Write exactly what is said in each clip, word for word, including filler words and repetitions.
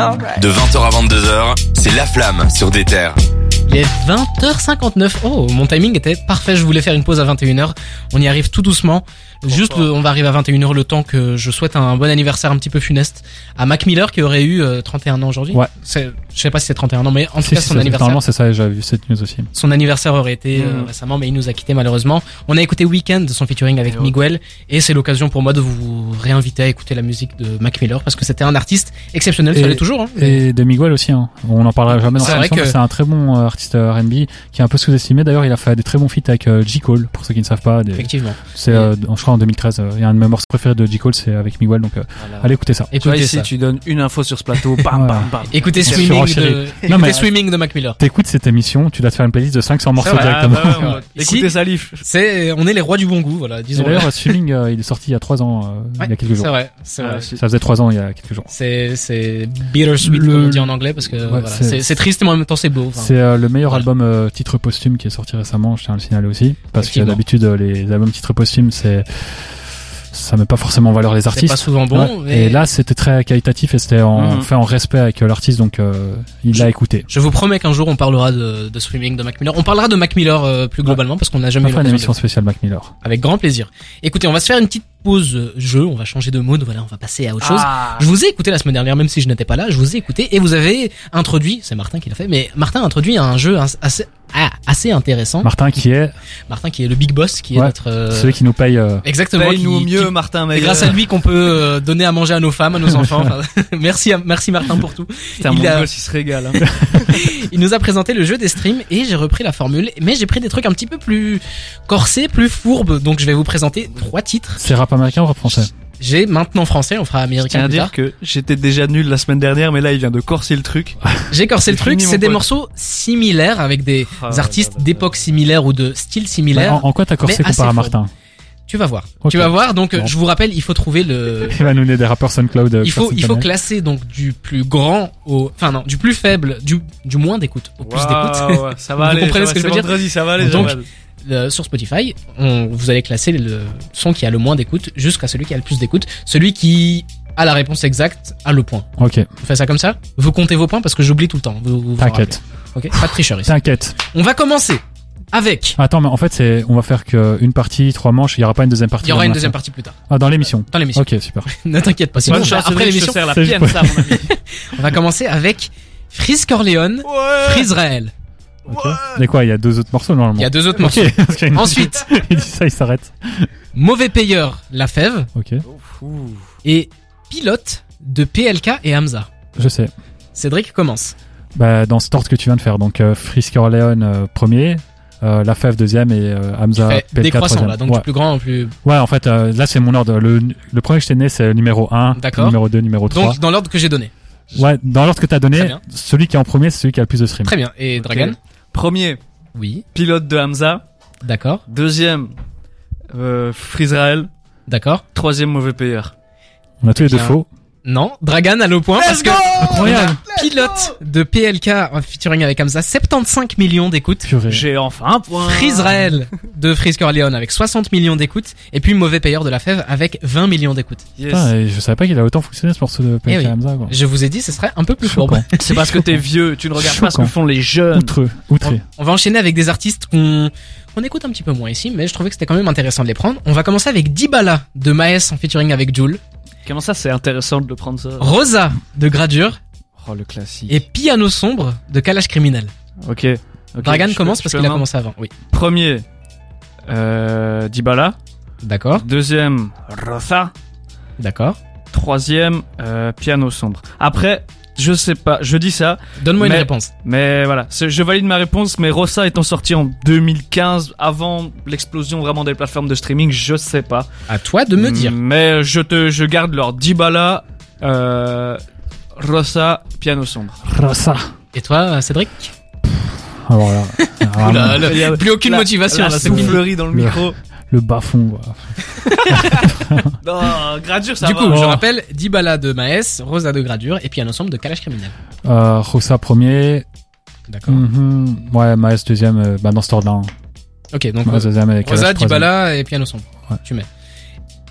De vingt heures à vingt-deux heures, c'est La Flamme sur des terres. Il est vingt heures cinquante-neuf. Oh, mon timing était parfait. Je voulais faire une pause à vingt et une heures. On y arrive tout doucement. Juste, le, on va arriver à vingt et une heures le temps que je souhaite un bon anniversaire un petit peu funeste à Mac Miller qui aurait eu euh, trente et un ans aujourd'hui. Ouais. C'est, je sais pas si c'est trente et un ans, mais en tout Si, cas si, son ça, anniversaire. Normalement, c'est ça, j'avais vu cette news aussi. Son anniversaire aurait été euh, Mmh. récemment, mais il nous a quitté malheureusement. On a écouté Weekend, son featuring avec Et ouais. Miguel, et c'est l'occasion pour moi de vous réinviter à écouter la musique de Mac Miller parce que c'était un artiste exceptionnel. Ça Et- l'est toujours. Hein. Et de Miguel aussi, hein. On n'en parlera jamais dans C'est cette vrai émission, que- mais c'est un très bon euh, artiste R and B qui est un peu sous-estimé. D'ailleurs, il a fait des très bons feats avec euh, J. Cole, pour ceux qui ne savent pas. Des... Effectivement. C'est, euh, je crois, en deux mille treize. euh, Il y a un de mes morceaux préférés de J. Cole, c'est avec Miguel, donc euh, Voilà. allez écouter ça. Tu vois, Écoutez ici, ça. tu donnes une info sur ce plateau, bam, Ouais. bam, bam. Écoutez Sur Swimming Rocherie. de, Non, écoutez mais- Swimming de Mac Miller. T'écoutes cette émission, tu dois te faire une playlist de cinq cents morceaux vrai. directement. Ah, bah ouais, on va Ici- écouter Salif. C'est, on est les rois du bon goût, voilà, Et disons. D'ailleurs, Swimming, euh, il est sorti il y a trois ans, euh, il y a quelques jours. C'est vrai, c'est vrai. Ah, si. Ça faisait trois ans il y a quelques jours. C'est, c'est bittersweet, Le- comme on dit en anglais, parce que voilà, c'est- c'est, c'est triste, mais en même temps c'est beau. Enfin, C'est euh, le meilleur Voilà. album euh, titre posthume qui est sorti récemment, je tiens à le signaler aussi. Parce que Effectivement. d'habitude, euh, les albums titres posthumes, c'est, ça met pas forcément en valeur les c'est artistes. pas souvent bon, Ouais. mais Et là, c'était très qualitatif et c'était en, Mhm. fait en respect avec euh, l'artiste, donc euh, il Je- l'a écouté. je vous promets qu'un jour on parlera de, de Swimming de Mac Miller. On parlera de Mac Miller euh, plus globalement parce qu'on n'a On jamais eu fera une l'occasion émission de- spéciale Mac Miller. Avec grand plaisir. Écoutez, on va se faire une petite pause euh, jeu. On va changer de mode. Voilà, on va passer à autre chose. Ah. Je vous ai écouté la semaine dernière, même si je n'étais pas là. Je vous ai écouté et vous avez introduit. C'est Martin qui l'a fait, mais Martin a introduit un jeu ins- assez ah, assez intéressant. Martin qui est Martin qui est le big boss, qui est Ouais, notre euh, celui qui nous paye. euh, exactement. Paye-nous qui- mieux, qui- Martin C'est Meyer. grâce à lui qu'on peut euh, donner à manger à nos femmes, à nos enfants. Enfin, merci, à- merci Martin pour tout. Putain, il mon a- gosse, il se régale. Hein. Il nous a présenté le jeu des streams et j'ai repris la formule, mais j'ai pris des trucs un petit peu plus corsés, plus fourbes. Donc je vais vous présenter trois titres. C'est rap américain ou rap français? J'ai maintenant français, on fera Je américain tiens à plus dire tard. que j'étais déjà nul la semaine dernière, mais là, il vient de corser le truc. J'ai corsé le C'est truc, fini, c'est mon des pote. morceaux similaires avec des Ah, ouais, artistes ouais, ouais, d'époque similaire ou de style Bah, similaire. en, en quoi t'as corsé mais comparé à assez Martin? Tu vas voir. Ok. Tu vas voir. Donc Bon. je vous rappelle, il faut trouver le. Il va nous donner des rappeurs SoundCloud. euh, Il faut, personne il faut connaît. classer donc du plus grand au, enfin non, du plus faible, du, du moins d'écoute au plus d'écoute. Waouh, ouais, ça va Vous aller. comprenez ça ce que va, je veux c'est dire vendredi, ça va aller. Donc, Jamal. Euh, sur Spotify, on, vous allez classer le son qui a le moins d'écoute jusqu'à celui qui a le plus d'écoute. Celui qui a la réponse exacte a le point. Ok, On fait ça comme ça. Vous comptez vos points parce que j'oublie tout le temps. Vous, vous vous t'inquiète. rappelez. Ok. Pas de tricherie. T'inquiète. On va commencer avec. Attends, mais en fait, c'est, on va faire qu'une partie, trois manches, il y aura pas une deuxième partie. Il y aura une dans deuxième la- partie plus tard Ah, dans l'émission. dans l'émission. Ok, super. Ne t'inquiète pas. Sinon, Bonne chance, après Cédric, je l'émission, te sers la c'est pienne, juste- ça, mon ami. on va commencer avec Freeze Corleone, Ouais. Freezerael. Ok. Mais quoi, il y a deux autres morceaux normalement. Il y a deux autres Ok. morceaux. Parce qu'il y a une- Ensuite, il dit ça, il s'arrête. Mauvais payeur, La Fève Ok, Ouh. et Pilote de P L K et Hamza. je sais. Cédric commence. Bah, dans cet ordre que tu viens de faire. Donc, euh, Frisk Orleans euh, premier, euh, La Fève deuxième et euh, Hamza Fait P L K décroissant troisième. là, donc ouais. du plus grand au plus. Ouais, en fait, euh, là c'est mon ordre. Le, le premier que je t'ai né, c'est le numéro un, D'accord. numéro deux, numéro trois. Donc dans l'ordre que j'ai donné. Ouais, dans l'ordre que t'as Très donné, bien. celui qui est en premier, c'est celui qui a le plus de streams. Très bien. Et Dragan? Premier, Oui. pilote de Hamza. D'accord. Deuxième, euh, Freezerael. D'accord. Troisième, mauvais payeur. On a tous les deux Bien. faux. Non, Dragan a le point parce que Incroyable. Pilote de P L K en featuring avec Hamza, soixante-quinze millions d'écoutes. Purée. J'ai enfin un point. Freezerael de Freeze Corleone avec soixante millions d'écoutes. Et puis Mauvais payeur de La Fève avec vingt millions d'écoutes. Yes. Putain, et je savais pas qu'il a autant fonctionné ce morceau de P L K Eh oui. Hamza, quoi. Je vous ai dit, ce serait un peu plus fourbe. Choquant. C'est parce que t'es vieux, tu ne regardes pas ce que Choquant. font les jeunes. Outreux, outré. On va enchaîner avec des artistes qu'on qu'on écoute un petit peu moins ici, mais je trouvais que c'était quand même intéressant de les prendre. On va commencer avec Dibala de Maes en featuring avec Jul, Comment ça, c'est intéressant de le prendre ça? Rosa de Gradure Oh, le classique. et Piano Sombre de Kalash Criminel. Ok. ok. Dragan Je commence peux- parce je qu'il a peux commencé avant. Oui. Premier, euh, Dybala. D'accord, Deuxième, Rosa. d'accord. Troisième, euh, Piano sombre. Après, je sais pas, je dis ça, Donne-moi une Mais- réponse. mais voilà, c'est- je valide ma réponse, mais Rosa étant sorti en deux mille quinze, avant l'explosion vraiment des plateformes de streaming, je sais pas. À toi de me dire. Mais je te, je garde leur Dybala, euh, Rosa, Piano sombre. Rosa. Et toi, Cédric? Alors là, vraiment, Oula, le- il y a- plus aucune la- motivation La là, c'est fini. soufflerie dans le Le- micro. le bas-fond, quoi. Non, Gradure, ça Du va. coup, je Oh. rappelle, Dibala de Maes, Rosa de Gradure et Piano Sombre de Kalash Criminel. Euh, Rosa premier. D'accord. Mhm. Ouais, Maes deuxième, euh, bah, dans cet ordre-là. hein. Ok, donc Maes deuxième avec Rosa, Kalash troisième. Dibala et Piano Sombre. Ouais. Tu mets.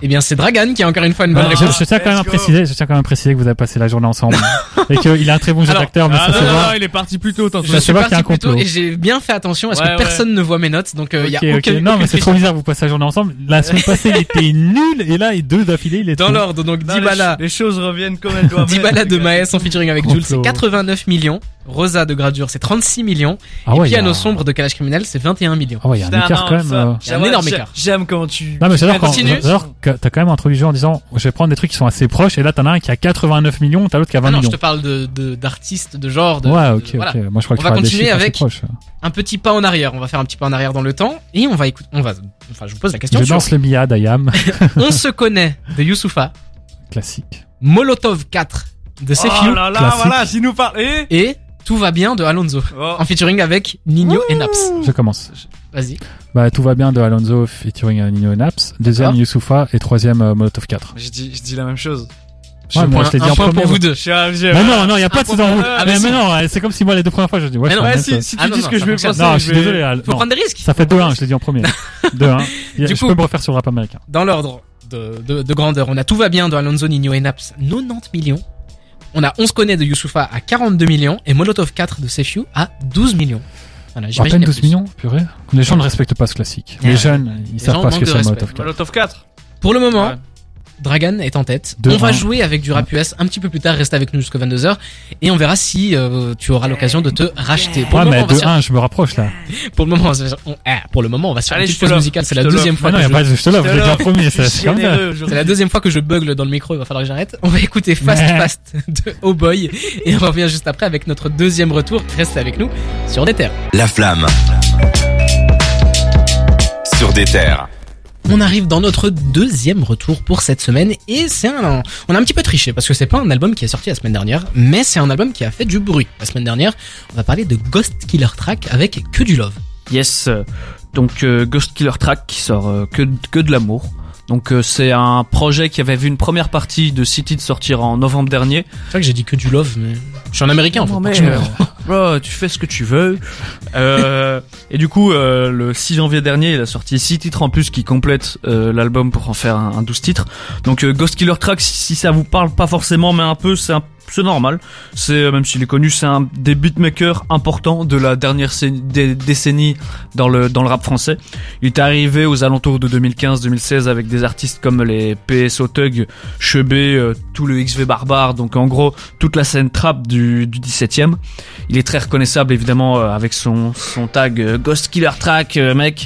Eh bien, c'est Dragan qui a encore une fois une bonne Alors, je, réponse. je tiens quand même à Let's go. préciser, je tiens quand même à préciser que vous avez passé la journée ensemble et qu'il a un très bon jeu Alors, d'acteur, mais Ah ça non, se non, voit. non, il est parti plus tôt, t'en Je Ça fais. se suis voit qu'il y a un parti plus tôt complot. et j'ai bien fait attention à ce Ouais, que ouais. personne ne voit mes notes, donc il y a Ok, ok. aucun. Non, mais c'est aucune trop bizarre, vous passez la journée ensemble. La semaine passée, il était nul, et là, et deux d'affilée, il est Dans trop- l'ordre, donc Non, les Dybala, ch- Les choses reviennent comme elles doivent. Dybala être, de les gars. Maes en featuring avec Complot. Jules, c'est quatre-vingt-neuf millions. Rosa de Gradure, c'est trente-six millions. Ah et ouais, il y Piano a- Sombre de Calage Criminel, c'est vingt et un millions. Ah ouais, il y a un Putain, écart non, quand même. ça- euh. Il y a un Ouais, énorme j'ai- écart. J'aime comment tu. Non, mais j'adore quand, continue. j'adore que t'as quand même introduit le jeu en disant, je vais prendre des trucs qui sont assez proches, et là, t'en as un qui a quatre-vingt-neuf millions, t'as l'autre qui a vingt Ah non, je millions. te parle de, de, d'artistes, de genre, de, Ouais, de- ok, voilà. ok. Moi, je crois que On tu va parles des continuer chiffres assez avec- proches. Un petit pas en arrière. On va faire un petit pas en arrière dans le temps et on va écouter, on va, enfin, je vous pose la question. Je sur danse le Mia d'Ayam. On se connaît de Youssoufa, Classique. Molotov quatre de Oh Sefiu là là, classique. voilà, tu nous parles. Et et Tout va bien de Alonso. Oh. En featuring avec Nino et Naps. Je commence. Vas-y. Bah, tout va bien de Alonso featuring euh, Nino et Naps. Deuxième, D'accord. Youssoufa. Et troisième, euh, Molotov quatre. Je dis, je dis la même chose. Ouais, mais Point- je t'ai dit un en point premier. pour vous deux. Je suis un- j'ai- Mais non, non, il y a pas Un de ce point dans pour- Ah, mais mais, si. mais non, c'est comme si moi les deux premières fois je dis ouais, Mais je non, suis Ouais, honnête, si, euh. si Ah tu non, dis non, ce que ça je vais fonctionne. penser. Non, je suis vais- désolé. Al. Faut non. prendre des risques. Ça fait deux un, je l'ai dit en premier. deux un. Du Je coup- peux me refaire sur le rap américain. Dans l'ordre de, de, de grandeur, on a Tout va bien de Alonso, Nino et Naps, quatre-vingt-dix millions. On a On se connaît de Youssoufa à quarante-deux millions et Molotov quatre de Sefiu à douze millions. Voilà, À j'imagine. peine douze millions, purée. Les gens ne respectent pas ce classique. Ouais. Les jeunes, ils Les savent gens pas ce que manquent de c'est respect. Molotov quatre. Molotov quatre. Pour le moment, Ouais. Dragan est en tête. Deux, on va un. jouer avec du rap U S un petit peu plus tard, reste avec nous jusqu'à vingt-deux heures et on verra si euh, tu auras l'occasion de te racheter. Pour Ouais, le mais moment, on va deux sur- un, je me rapproche là. pour le moment, on va sur- on- ah, pour le moment, on va sur Allez, une je petite te pause l'offre, musicale. C'est je la te deuxième l'offre. fois Ah non, que y a je... pas, je te l'offre, je l'ai dit en Alors, premier, ça, Je c'est suis quand même. généreux C'est aujourd'hui. la deuxième fois que je bugle dans le micro, il va falloir que j'arrête. On va écouter Fast Ouais. Fast de Oh Boy et on revient juste après avec notre deuxième retour. Restez avec nous sur des terres. La flamme. Sur des terres. On arrive dans notre deuxième retour pour cette semaine et c'est un, on a un petit peu triché parce que c'est pas un album qui est sorti la semaine dernière, mais c'est un album qui a fait du bruit. La semaine dernière, on va parler de Ghost Killer Track avec Que du Love. Yes. euh, Donc euh, Ghost Killer Track qui sort euh, que que de l'amour. Donc euh, c'est un projet qui avait vu une première partie de City de sortir en novembre dernier. C'est vrai que j'ai dit Que du Love, mais je suis un américain en fait. Non, pas mais, que je me- euh, bro, tu fais ce que tu veux. Euh, et du coup, euh, le six janvier dernier, il a sorti six titres en plus qui complètent euh, l'album pour en faire un, un douze titres. Donc euh, Ghost Killer Track, si, si ça vous parle pas forcément, mais un peu, c'est un c'est normal. C'est euh, même s'il est connu, c'est un des beatmakers importants de la dernière cé- dé- décennie dans le dans le rap français. Il est arrivé aux alentours de deux mille quinze deux mille seize avec des artistes comme les P S O Thug, Chebé, euh, tout le X V Barbare, donc en gros toute la scène trap du du dix-septième. Il est très reconnaissable évidemment euh, avec son son tag euh, Ghost Killer Track, euh, mec.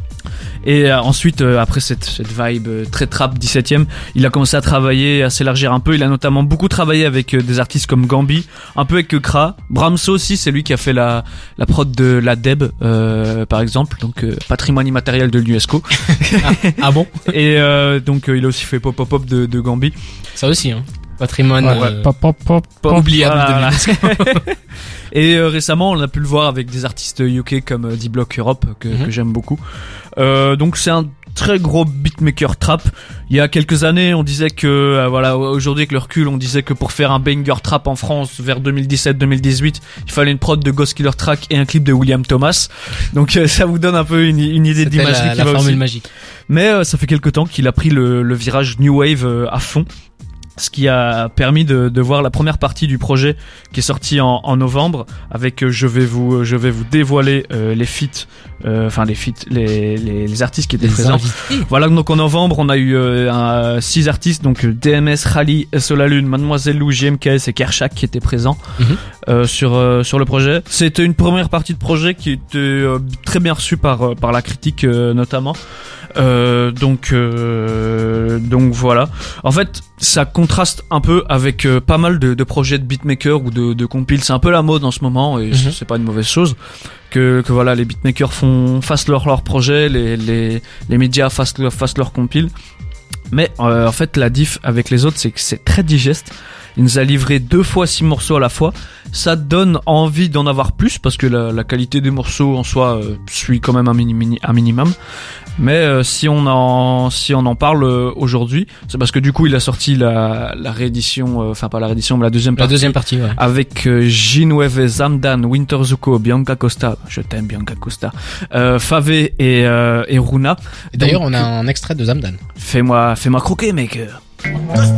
Et euh, ensuite, euh, après cette, cette vibe euh, très trap dix-septième, il a commencé à travailler, à s'élargir un peu. Il a notamment beaucoup travaillé avec euh, des artistes comme Gambi, un peu avec euh, Kra. Bramso aussi, c'est lui qui a fait la, la prod de la Deb, euh, par exemple, donc euh, patrimoine immatériel de l'UNESCO. Ah bon? Et euh, donc euh, il a aussi fait Pop Pop Pop de, de Gambi. Ça aussi, hein. Patrimoine Ouais, euh, pop, pop, pop, pop. oubliable Voilà. de l'UNESCO. Et euh, récemment, on a pu le voir avec des artistes U K comme euh, D-Block Europe, que, Mhm. que j'aime beaucoup. Euh, donc c'est un très gros beatmaker trap. Il y a quelques années, on disait que, euh, voilà, aujourd'hui avec le recul, on disait que pour faire un banger trap en France vers deux mille dix-sept deux mille dix-huit, il fallait une prod de Ghost Killer Track et un clip de William Thomas. Donc euh, ça vous donne un peu une, une idée C'était d'imagerie la, qui la va formule aussi. magique. Mais euh, ça fait quelques temps qu'il a pris le, le virage New Wave euh, à fond. Ce qui a permis de, de voir la première partie du projet qui est sorti en, en novembre avec euh, je vais vous je vais vous dévoiler euh, les feats euh, enfin les feats les, les les artistes qui étaient Les présents. invités. Voilà, donc en novembre on a eu euh, un, six artistes, donc euh, D M S, Rally, Solalune, Mademoiselle Lou, J M K S et Kershak qui étaient présents Mhm. euh, sur euh, sur le projet. C'était une première partie de projet qui était euh, très bien reçue par euh, par la critique euh, notamment. Euh, donc euh, donc voilà. En fait, ça contraste un peu avec euh, pas mal de, de projets de beatmakers ou de, de compiles. C'est un peu la mode en ce moment et Mhm. c'est pas une mauvaise chose que que voilà les beatmakers font fassent leur leur projet, les les les médias fassent leur fassent leur compile. Mais euh, en fait, la diff avec les autres, c'est que c'est très digeste. Il nous a livré deux fois six morceaux à la fois. Ça donne envie d'en avoir plus parce que la, la qualité des morceaux en soi euh, suit quand même un, mini, mini- un minimum. Mais euh, si on en si on en parle euh, aujourd'hui, c'est parce que du coup il a sorti la la réédition, enfin euh, pas la réédition mais la deuxième La partie. deuxième partie, ouais. Avec euh, Ginweve, Zamdan, Winter Zuko, Bianca Costa, je t'aime Bianca Costa, euh, Fave et euh, et Runa. Et d'ailleurs, Donc, on a un extrait de Zamdan. Fais-moi fais-moi croquer mec. Je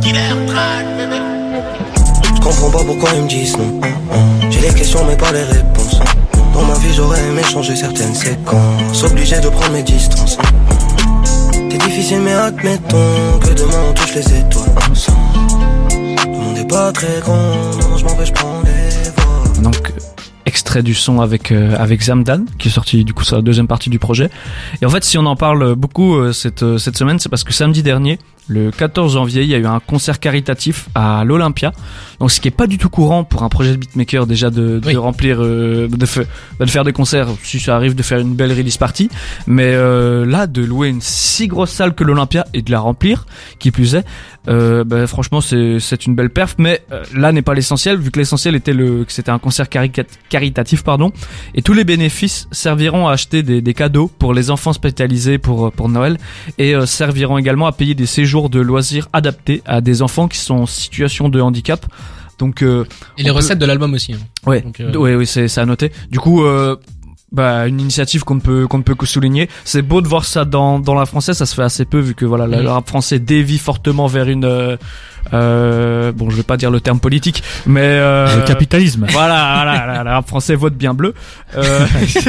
comprends pas pourquoi ils me disent non. J'ai les questions mais pas les réponses. Dans ma vie j'aurais aimé changer certaines séquences. Obligé de prendre mes distances. C'est difficile mais admettons que demain on touche les étoiles ensemble. Le monde est pas très grand, non je m'en vais, je prends les vols. Donc extrait du son avec euh, avec Zamdan qui est sorti du coup sur la deuxième partie du projet. Et en fait si on en parle beaucoup euh, cette euh, cette semaine, c'est parce que samedi dernier, le quatorze janvier, il y a eu un concert caritatif à l'Olympia. Donc ce qui est pas du tout courant pour un projet de beatmaker déjà de, de oui. remplir, euh, de, fa- de faire des concerts, si ça arrive de faire une belle release party. Mais euh, là, de louer une si grosse salle que l'Olympia et de la remplir, qui plus est, euh, bah, franchement c'est c'est une belle perf. Mais euh, là n'est pas l'essentiel, vu que l'essentiel était le que c'était un concert caricat- caritatif, pardon. Et tous les bénéfices serviront à acheter des, des cadeaux pour les enfants spécialisés pour pour Noël et euh, serviront également à payer des séjours de loisirs adaptés à des enfants qui sont en situation de handicap. Donc euh, Et les on peut- recettes de l'album aussi. Hein. ouais, Donc, euh, ouais, oui, c'est c'est à noter. Du coup, euh, bah une initiative qu'on ne peut qu'on ne peut que souligner. C'est beau de voir ça dans dans la française, ça se fait assez peu vu que voilà Mhm. le rap français dévie fortement vers une euh, euh, bon, je vais pas dire le terme politique, mais euh, Le capitalisme. voilà, voilà, le rap français vote bien bleu. Euh,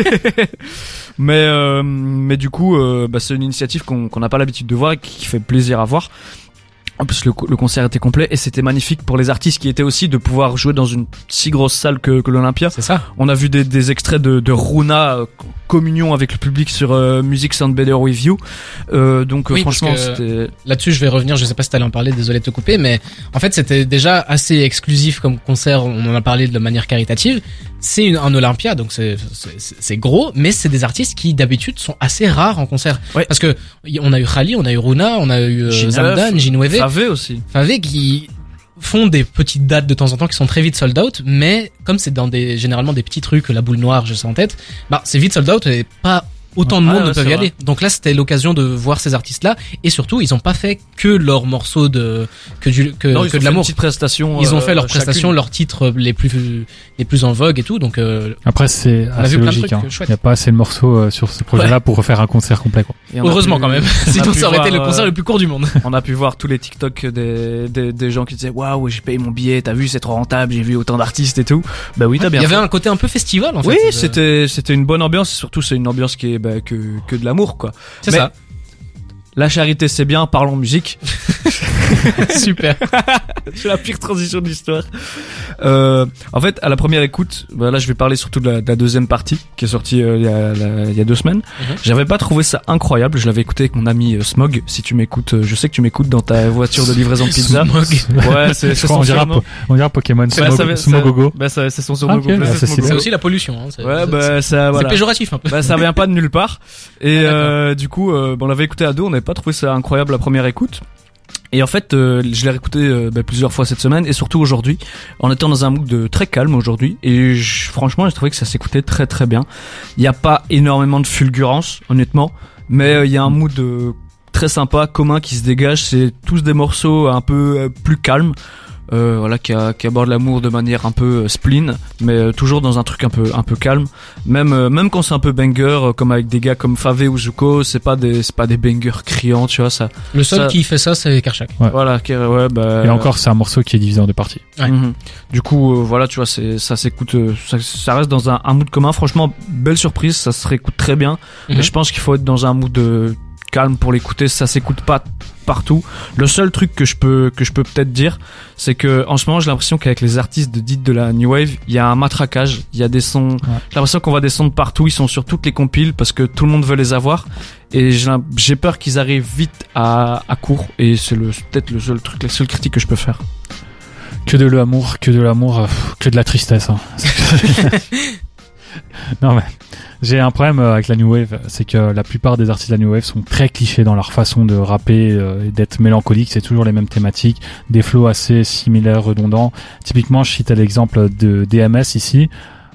mais euh, mais du coup, euh, bah, c'est une initiative qu'on qu'on n'a pas l'habitude de voir et qui fait plaisir à voir. En plus, le, le concert était complet et c'était magnifique pour les artistes qui étaient aussi de pouvoir jouer dans une si grosse salle que, que l'Olympia. C'est ça. On a vu des, des extraits de, de Runa, euh, communion avec le public sur euh, Music Sound Better With You. Euh, donc euh, Oui, parce franchement, que- c'était... Là-dessus, je vais revenir. Je sais pas si t'allais en parler. Désolé de te couper, mais en fait, c'était déjà assez exclusif comme concert. On en a parlé de manière caritative. C'est une, un Olympia, donc c'est, c'est, c'est gros, mais c'est des artistes qui d'habitude sont assez rares en concert. Ouais. Parce que y- on a eu Khali, on a eu Runa, on a eu euh, Ginweve, Zamdan, Ginweve, Fave aussi. Fave qui font des petites dates de temps en temps qui sont très vite sold out, mais comme c'est dans des généralement des petits trucs, la boule noire, j'ai ça en tête, bah c'est vite sold out et pas autant de Ouais, monde ouais, ne peuvent c'est y vrai. aller. Donc là, c'était l'occasion de voir ces artistes-là, et surtout, ils ont pas fait que leurs morceaux de que du que, Non, ils que ont fait de une l'amour. petite prestation. Ils ont euh, fait leurs chacune. prestations, leurs titres les plus les plus en vogue et tout. Donc euh, Après, c'est a assez vu plein de logique. trucs, hein. euh, chouettes. Il n'y a pas assez de morceaux euh, sur ce projet-là pour refaire un concert complet, quoi. Et on a heureusement pu- quand même, on a sinon pu ça aurait été voir, le concert euh, le plus court du monde. On a pu voir tous les TikTok des, des, des gens qui disaient waouh, j'ai payé mon billet, t'as vu, c'est trop rentable, j'ai vu autant d'artistes et tout. Bah oui, t'as bien Il y avait fait. un côté un peu festival en fait. Oui, Euh, c'était c'était une bonne ambiance et surtout c'est une ambiance qui est bah, que que de l'amour quoi. c'est Mais ça. La charité c'est bien, parlons musique. Super. C'est la pire transition de l'histoire. Euh, en fait, à la première écoute, bah là je vais parler surtout de la, de la deuxième partie qui est sortie euh, il, y a, la- il y a deux semaines. Mhm. J'avais pas trouvé ça incroyable. Je l'avais écouté avec mon ami euh, Smog. Si tu m'écoutes, euh, je sais que tu m'écoutes dans ta voiture de livraison de pizza. Smog. Ouais, c'est Je c'est crois son on dira, surnom. po- on dira Pokémon Ouais, Smog- ça va- ça- Smogogo. Bah ça, c'est son surnom Ok, complet, bah, c'est ça, Smogogo. C'est aussi la pollution. Hein. C'est, Ouais, c'est- bah ça c'est voilà. péjoratif un peu. Bah ça vient pas de nulle part. Et Ah, d'accord. euh, du coup, euh, bon, on l'avait écouté à deux, on n'avait pas trouvé ça incroyable la première écoute. Et en fait, euh, je l'ai réécouté euh, bah, plusieurs fois cette semaine et surtout aujourd'hui, en étant dans un mood de très calme aujourd'hui. Et je- franchement, j'ai trouvé que ça s'écoutait très très bien. Il n'y a pas énormément de fulgurance, honnêtement, mais euh, il y a un mood euh, très sympa, commun qui se dégage. C'est tous des morceaux un peu euh, plus calmes. Euh, voilà, qui, a, qui aborde l'amour de manière un peu euh, spleen, mais euh, toujours dans un truc un peu un peu calme. Même euh, même quand c'est un peu banger, euh, comme avec des gars comme Fave ou Zuko, c'est pas des c'est pas des bangers criants, tu vois ça. Le seul ça- qui fait ça, c'est Karchak. Ouais. Voilà, qui- ouais, bah. Et encore, c'est un morceau qui est divisé en deux parties. Ouais. Mhm. Du coup, euh, voilà, tu vois, c'est ça s'écoute, euh, ça, ça reste dans un, un mood commun. Franchement, belle surprise, ça se réécoute très bien. Mhm. Mais je pense qu'il faut être dans un mood euh, calme pour l'écouter. Ça s'écoute pas partout. Le seul truc que je peux que je peux peut-être dire, c'est que en ce moment, j'ai l'impression qu'avec les artistes de dites de la new wave, il y a un matraquage. Il y a des sons. J'ai l'impression qu'on voit des sons de partout. Ils sont sur toutes les compiles parce que tout le monde veut les avoir. Et j'ai l'im- j'ai peur qu'ils arrivent vite à à court. Et c'est le c'est peut-être le seul truc, la seule critique que je peux faire. Que de l'amour, que de l'amour, euh, pff, que de la tristesse. Hein. Non mais j'ai un problème euh, avec la new wave, c'est que la plupart des artistes de la new wave sont très clichés dans leur façon de rapper euh, et d'être mélancoliques. C'est toujours les mêmes thématiques, des flows assez similaires, redondants. Typiquement, je cite l'exemple de D M S ici.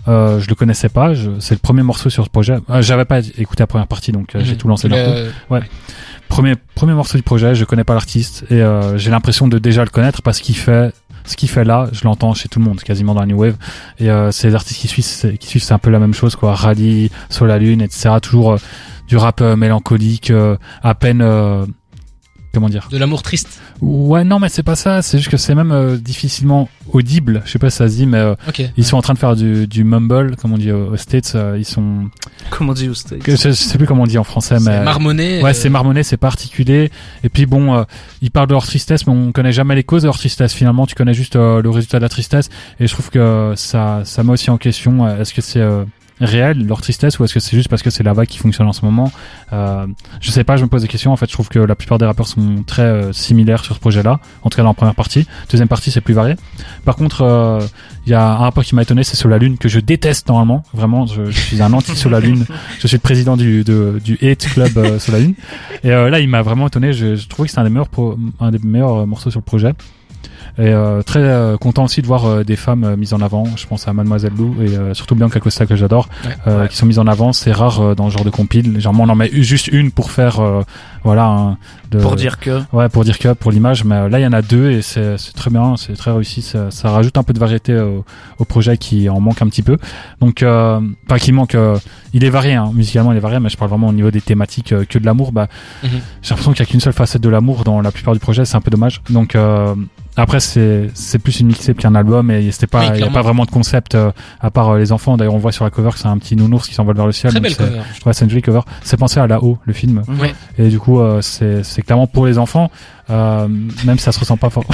Euh, je le connaissais pas. Je, c'est le premier morceau sur ce projet. Euh, j'avais pas écouté la première partie, donc euh, Mmh. j'ai tout lancé d'un coup. Le- Ouais. Premier premier morceau du projet. Je connais pas l'artiste et euh, j'ai l'impression de déjà le connaître parce qu'il fait ce qu'il fait là. Je l'entends chez tout le monde, quasiment dans la new wave. Et euh, c'est les artistes qui suivent, c'est, qui suivent, c'est un peu la même chose, quoi. Rally, Sur la Lune, et cetera. Toujours euh, du rap euh, mélancolique, euh, à peine. Euh, Comment dire? De l'amour triste. Ouais, non, mais c'est pas ça. C'est juste que c'est même euh, difficilement audible. Je sais pas si ça se dit, mais euh, Ok. ils sont en train de faire du, du mumble, comme on dit aux, aux States. Euh, ils sont, Comment on dit au States? que- je, je sais plus comment on dit en français, C'est mais marmonné. ouais, euh, c'est marmonné, c'est pas articulé. Et puis bon, euh, ils parlent de leur tristesse, mais on connaît jamais les causes de leur tristesse. Finalement, tu connais juste euh, le résultat de la tristesse. Et je trouve que ça, ça met aussi en question. euh, Est-ce que c'est euh, réel leur tristesse ou est-ce que c'est juste parce que c'est la vague qui fonctionne en ce moment? euh, Je sais pas, je me pose des questions. En fait, je trouve que la plupart des rappeurs sont très euh, similaires sur ce projet-là. En tout cas, dans la première partie. Deuxième partie, c'est plus varié. Par contre, euh, il y a un rappeur qui m'a étonné, c'est Sur la Lune, que je déteste normalement. Vraiment, je, je suis un anti Sur la Lune. Je suis le président du de, du hate club euh, Sur la Lune. Et euh, là, il m'a vraiment étonné. Je, je trouvais que c'est un des meilleurs pro, un des meilleurs euh, morceaux sur le projet. Et euh, très euh, content aussi de voir euh, des femmes euh, mises en avant. Je pense à Mademoiselle Lou et euh, surtout Bianca Costa que j'adore, Ouais. euh, Ouais. qui sont mises en avant. C'est rare euh, dans ce genre de compile. Généralement, on en met juste une pour faire, euh, voilà, un, de, Pour dire que. ouais, pour dire que pour l'image. Mais euh, là, il y en a deux et c'est c'est très bien, c'est très réussi. Ça, ça rajoute un peu de variété au, au projet qui en manque un petit peu. Donc, euh, pas qu'il manque. Euh, il est varié, hein, musicalement, il est varié, mais je parle vraiment au niveau des thématiques euh, que de l'amour. Bah, Mhm. j'ai l'impression qu'il y a qu'une seule facette de l'amour dans la plupart du projet. C'est un peu dommage. Donc euh, après, c'est c'est plus une mixtape qu'un album et c'était pas, Oui, il y a clairement. pas vraiment de concept euh, à part euh, les enfants. D'ailleurs, on voit sur la cover que c'est un petit nounours qui s'envole vers le ciel. Très donc belle c'est- cover. Ouais, c'est une jolie cover. C'est pensé à là-haut, le film. Ouais. Et du coup, euh, c'est c'est clairement pour les enfants, euh, même si ça se ressent pas fort.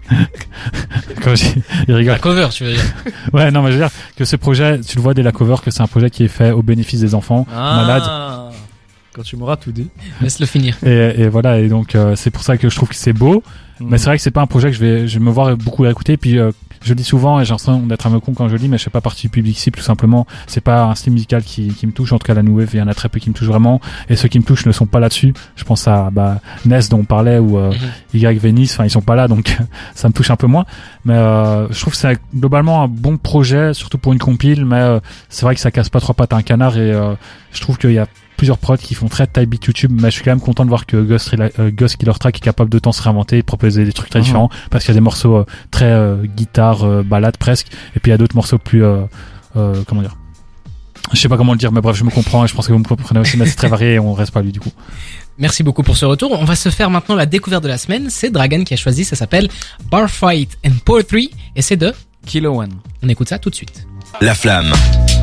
Quand je dis- il rigole. La cover, tu veux dire. Ouais, non, mais je veux dire que ce projet, tu le vois dès la cover, que c'est un projet qui est fait au bénéfice des enfants malades. Ah. Quand tu m'auras tout dit. Laisse-le finir. Et, et voilà. Et donc, euh, c'est pour ça que je trouve que c'est beau. Mais c'est vrai que c'est pas un projet que je vais, je vais me voir beaucoup écouter. Puis euh, je le dis souvent et j'ai l'impression d'être un peu con quand je le dis, mais je fais pas partie du public cible tout simplement. C'est pas un style musical qui, qui me touche. En tout cas, la new wave, il y en a très peu qui me touchent vraiment. Et ceux qui me touchent ne sont pas là-dessus. Je pense à bah, Ness dont on parlait ou euh, Mhm. Y Venice. Enfin, ils sont pas là, donc ça me touche un peu moins. Mais euh, je trouve que c'est globalement un bon projet, surtout pour une compile. Mais euh, c'est vrai que ça casse pas trois pattes à un canard et euh, je trouve qu'il y a plusieurs prods qui font très type beat YouTube, mais je suis quand même content de voir que Ghost, euh, Ghost Killer Track est capable de temps se réinventer et proposer des trucs très Mhm. différents, parce qu'il y a des morceaux euh, très euh, guitare, euh, balade presque, et puis il y a d'autres morceaux plus, euh, euh, comment dire, je sais pas comment le dire, mais bref, je me comprends et je pense que vous me comprenez aussi, mais c'est très varié et on reste pas lui du coup. Merci beaucoup pour ce retour. On va se faire maintenant la découverte de la semaine. C'est Dragan qui a choisi. Ça s'appelle Bar Fight and Poetry et c'est de. Kilo One. On écoute ça tout de suite. La Flamme.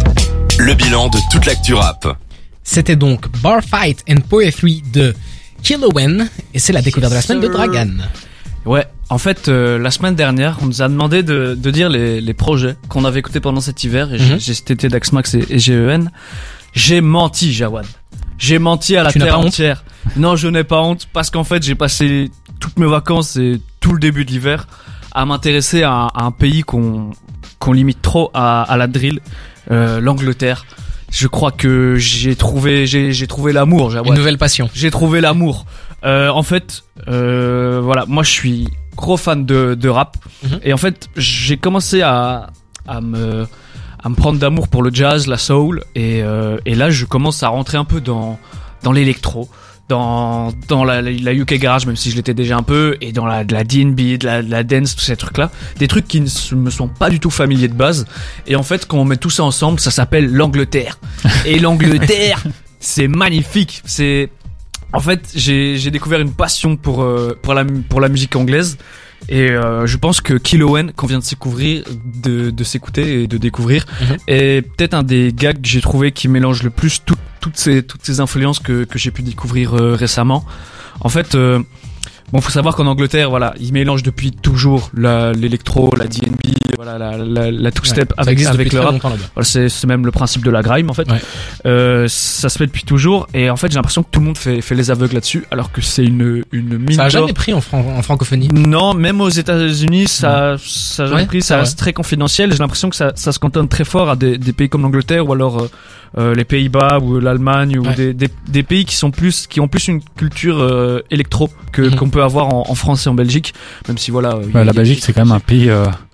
Le bilan de toute l'actu rap. C'était donc Bar Fight and Poetry de Killowen et c'est la découverte de la semaine de Dragan. Ouais, en fait, euh, la semaine dernière, on nous a demandé de, de dire les, les projets qu'on avait écoutés pendant cet hiver, et j'ai- Mhm. j'ai cité Dax Max et, et G E N. J'ai menti, Jawad. J'ai menti à la Tu n'as terre pas honte entière. Non, je n'ai pas honte, parce qu'en fait, j'ai passé toutes mes vacances et tout le début de l'hiver à m'intéresser à, à un pays qu'on qu'on limite trop à, à la drill, euh, l'Angleterre. Je crois que j'ai trouvé j'ai j'ai trouvé l'amour, Jawad. Une nouvelle passion. J'ai trouvé l'amour. Euh, en fait, euh, voilà, moi je suis gros fan de, de rap. Mhm. Et en fait, j'ai commencé à, à me à me prendre d'amour pour le jazz, la soul, et euh, et là je commence à rentrer un peu dans dans l'électro, dans dans la, la U K garage, même si je l'étais déjà un peu, et dans la de la D and B, de la, de la dance, tous ces trucs là, des trucs qui ne se- me sont pas du tout familiers de base. Et en fait, quand on met tout ça ensemble, ça s'appelle l'Angleterre. Et l'Angleterre, c'est magnifique. C'est en fait, j'ai j'ai découvert une passion pour euh, pour la pour la musique anglaise. Et euh, je pense que Killowen, qu'on vient de s'écouvrir, de, de s'écouter et de découvrir, Mhm. est peut-être un des gars que j'ai trouvé qui mélange le plus tout- toutes ces toutes ces influences que que j'ai pu découvrir euh, récemment. En fait, euh, bon, faut savoir qu'en Angleterre, voilà, ils mélangent depuis toujours la l'électro, la D and B, voilà, la la, la two step Ouais, ça avec existe avec depuis le très rap. longtemps là-bas. Voilà, c'est c'est même le principe de la grime en fait. Ouais. Euh, ça se fait depuis toujours et en fait j'ai l'impression que tout le monde fait fait les aveugles là-dessus alors que c'est une une mine Ça a d'or. jamais pris en, fran- en francophonie. Non, même aux États-Unis, ça, ça a jamais Ouais, pris, c'est ça vrai. reste très confidentiel. J'ai l'impression que ça, ça se cantonne très fort à des, des pays comme l'Angleterre ou alors euh, euh, les Pays-Bas ou l'Allemagne ou Ouais. des, des, des pays qui sont plus, qui ont plus une culture euh, électro que Mhm. qu'on peut avoir en, en France et en Belgique. Même si voilà, euh, il y Ouais, a- la il y a- Belgique, c'est quand même un pays, euh,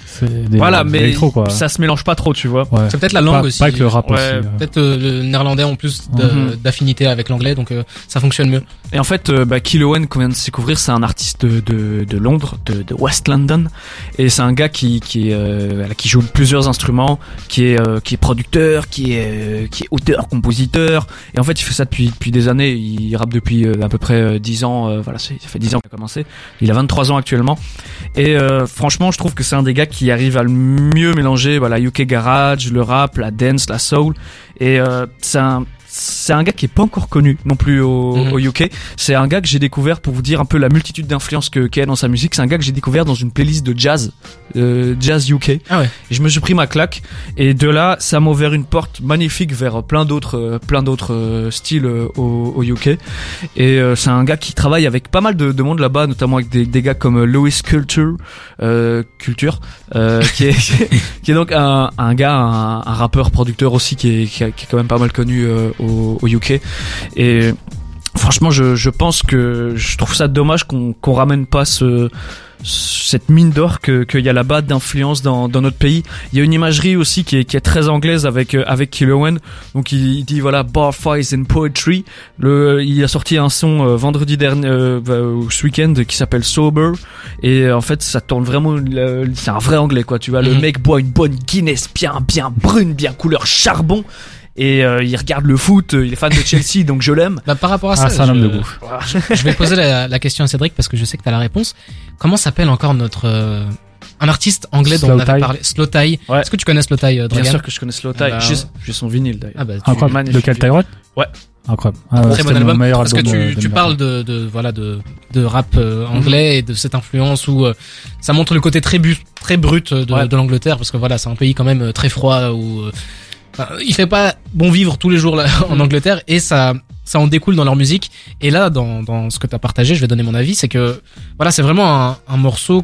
C'est des, Voilà, des mais électro, quoi. ça se mélange pas trop, tu vois. Ouais. C'est peut-être la langue pas, aussi. pas avec le rap Ouais, aussi. euh. Peut-être euh, le néerlandais en plus de- Mhm. d'affinité avec l'anglais, donc euh, ça fonctionne mieux. Et en fait, euh, bah, Kilo Owen qu'on vient de découvrir, c'est un artiste de, de, de Londres, de, de West London, et c'est un gars qui qui est, euh, voilà, qui joue plusieurs instruments, qui est euh, qui est producteur, qui est euh, qui est auteur, compositeur, et en fait il fait ça depuis depuis des années. Il rappe depuis euh, à peu près euh, dix ans. Euh, voilà, c'est, ça fait dix ans qu'il a commencé. Il a vingt-trois ans actuellement, et euh, franchement, je trouve que c'est un des gars qui arrive à le mieux mélanger, voilà, U K garage, le rap, la dance, la soul, et euh, c'est un c'est un gars qui est pas encore connu non plus au, Mhm. au U K. C'est un gars que j'ai découvert, pour vous dire un peu la multitude d'influences que qu'il y a dans sa musique. C'est un gars que j'ai découvert dans une playlist de jazz, euh, jazz U K. Ah ouais. Et je me suis pris ma claque. Et de là, ça m'a ouvert une porte magnifique vers plein d'autres, euh, plein d'autres euh, styles euh, au, au U K. Et euh, c'est un gars qui travaille avec pas mal de, de monde là-bas, notamment avec des, des gars comme euh, Louis Culture, euh, Culture, euh, qui est qui est donc un, un gars, un, un rappeur producteur aussi qui est, qui, a- qui est quand même pas mal connu euh, au, au U K. Et franchement, je, je pense que je trouve ça dommage qu'on qu'on ramène pas ce cette mine d'or que qu'il y a là-bas d'influence dans dans notre pays. Il y a une imagerie aussi qui est qui est très anglaise avec euh, avec Kilo Owen. Donc il, il dit voilà, bar fights and poetry. Le il a sorti un son euh, vendredi dernier euh, euh, ce week-end qui s'appelle Sober, et euh, en fait ça tourne vraiment le- c'est un vrai anglais, quoi, tu vois. Le Mhm. mec boit une bonne Guinness bien bien brune, bien couleur charbon, et euh, il regarde le foot, euh, il est fan de Chelsea donc je l'aime. Bah, par rapport à ça, Ah, c'est un je, homme de goût. je vais poser la, la question à Cédric parce que je sais que t'as la réponse. Comment s'appelle encore notre euh, un artiste anglais dont on Slowthai. avait parlé, Slowthai. Ouais. Est-ce que tu connais Slowthai, euh, Bien Dragan? sûr que je connais Slowthai. Ah bah, j'ai, j'ai son vinyle d'ailleurs. Ah bah, tu- Incroyable. magnifique. Lequel, Tyrone? Ouais. Incroyable. Ah, très c'était bon mon album. meilleur Parce que album, tu, euh, tu deux mille parles de, de voilà de de rap euh, anglais et de cette influence où euh, ça montre le côté très bu, très brut de, Ouais. de l'Angleterre, parce que voilà, c'est un pays quand même euh, très froid où euh, enfin, il fait pas bon vivre tous les jours là, en Angleterre, et ça ça en découle dans leur musique. Et là, dans dans ce que t'as partagé, je vais donner mon avis, c'est que voilà, c'est vraiment un, un morceau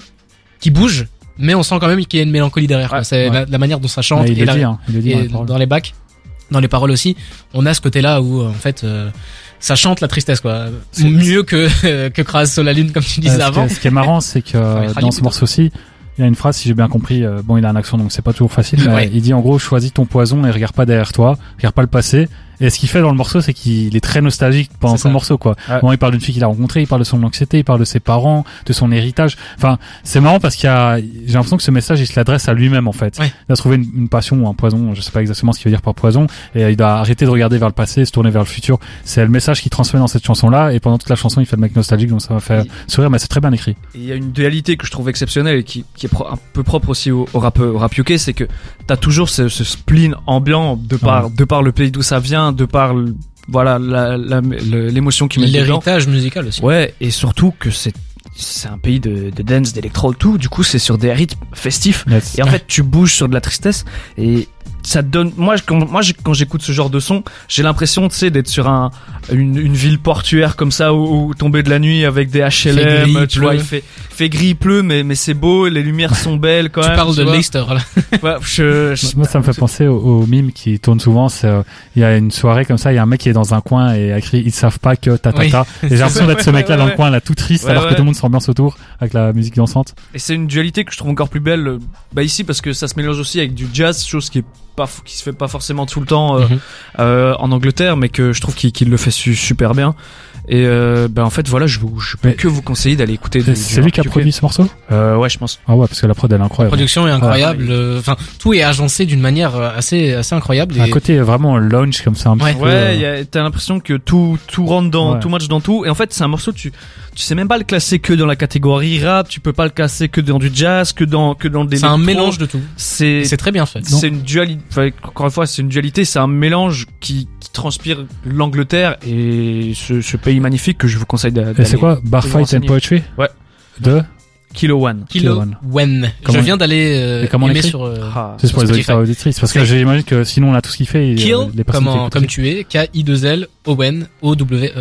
qui bouge, mais on sent quand même qu'il y a une mélancolie derrière. quoi. Ouais, C'est ouais. la, la manière dont ça chante, Ouais, il et le la- dit, hein. Il le dit dans et les paroles. dans les bacs, dans les paroles aussi, on a ce côté-là où en fait euh, ça chante la tristesse, quoi. C'est- Mieux que que Crase sur la lune, comme tu Euh, disais ce, qui avant. est, ce qui est marrant, c'est que Enfin, les dans Khalid, ce morceau-ci, il y a une phrase, si j'ai bien compris, euh, bon, il a un accent, donc c'est pas toujours facile, mais Ouais. il dit en gros, choisis ton poison et regarde pas derrière toi, regarde pas le passé. Et ce qu'il fait dans le morceau, c'est qu'il est très nostalgique pendant C'est tout le ça. morceau, quoi. Ouais. Bon, il parle d'une fille qu'il a rencontrée, il parle de son anxiété, il parle de ses parents, de son héritage. Enfin, c'est marrant parce qu'il y a, j'ai l'impression que ce message, il se l'adresse à lui-même, en fait. Ouais. Il a trouvé une, une passion ou un poison, je sais pas exactement ce qu'il veut dire par poison, et il doit arrêter de regarder vers le passé, se tourner vers le futur. C'est le message qu'il transmet dans cette chanson-là, et pendant toute la chanson, il fait le mec nostalgique, donc ça m'a fait Il- sourire, mais c'est très bien écrit. Et il y a une dualité que je trouve exceptionnelle et qui, qui est pro- un peu propre aussi au, au rap, au rap U K, c'est que t'as toujours ce, ce spleen ambiant de par, Ouais. de par le pays d'où ça vient, de par le- voilà la, la- le- l'émotion qu'ils mettent dedans. L'héritage musical aussi. Ouais, et surtout que c'est c'est un pays de, de dance, d'électro, tout. Du coup, c'est sur des rythmes festifs. Yes. Et en fait, tu bouges sur de la tristesse et ça te donne. Moi, je- quand, moi, je- quand j'écoute ce genre de son, j'ai l'impression, tu sais, d'être sur un une, une ville portuaire comme ça où, où tomber de la nuit avec des H L M. Fait gris, tu vois, pleut. il fait fait gris, il pleut, mais mais c'est beau, les lumières sont belles quand Tu même. parles de vois. Leicester là. Ouais, je, je- Moi, ça me fait penser au, au mime qui tourne souvent. C'est, euh, il y a une soirée comme ça, il y a un mec qui est dans un coin et écrit ils savent pas que ta ta Oui. ta. Et j'ai l'impression d'être ce Ouais, mec-là ouais, dans ouais. le coin, là, tout triste, Ouais, alors que ouais. tout le monde s'ambiance autour avec la musique dansante. Et c'est une dualité que je trouve encore plus belle, euh, bah ici, parce que ça se mélange aussi avec du jazz, chose qui est pas f- qui se fait pas forcément tout le temps euh, Mhm. euh, en Angleterre, mais que je trouve qu'il qu'il le fait su- super bien. Et euh, bah en fait voilà, je vous je peux Mais- que vous conseiller d'aller écouter. C'est, du- c'est du lui rap qui a U K. produit ce morceau? Euh, ouais, je pense. Ah ouais, parce que la prod elle est La incroyable. production est incroyable. Ouais. euh, Enfin, tout est agencé d'une manière euh, assez assez incroyable. Un Et côté vraiment lounge comme ça un Ouais. petit peu. Ouais, euh, y a- t'as l'impression que tout tout rentre dans Ouais. tout match dans tout. Et en fait, c'est un morceau tu tu sais même pas le classer que dans la catégorie rap. Tu peux pas le classer que dans du jazz, que dans que dans des. c'est un électro. mélange de tout. C'est Et c'est très bien fait. c'est une dualité. Enfin, encore une fois, c'est une dualité. C'est un mélange qui, qui transpire l'Angleterre et ce, ce pays magnifique que je vous conseille d'a- d'aller. Et c'est quoi? Bar de vous Fight and renseigner. Poetry? Ouais. De? Kilo One. Kilo One. When. Comment- Je viens d'aller euh, Et comment on aimer écrit sur euh, Ah. C'est pour les Spotify. auditeurs et auditrices. Parce que C'est- j'imagine que sinon on a tout ce qu'il fait. et, Kill euh, les personnes comme, qui en- écoutent comme aussi. tu es, K I deux L O N O W E N.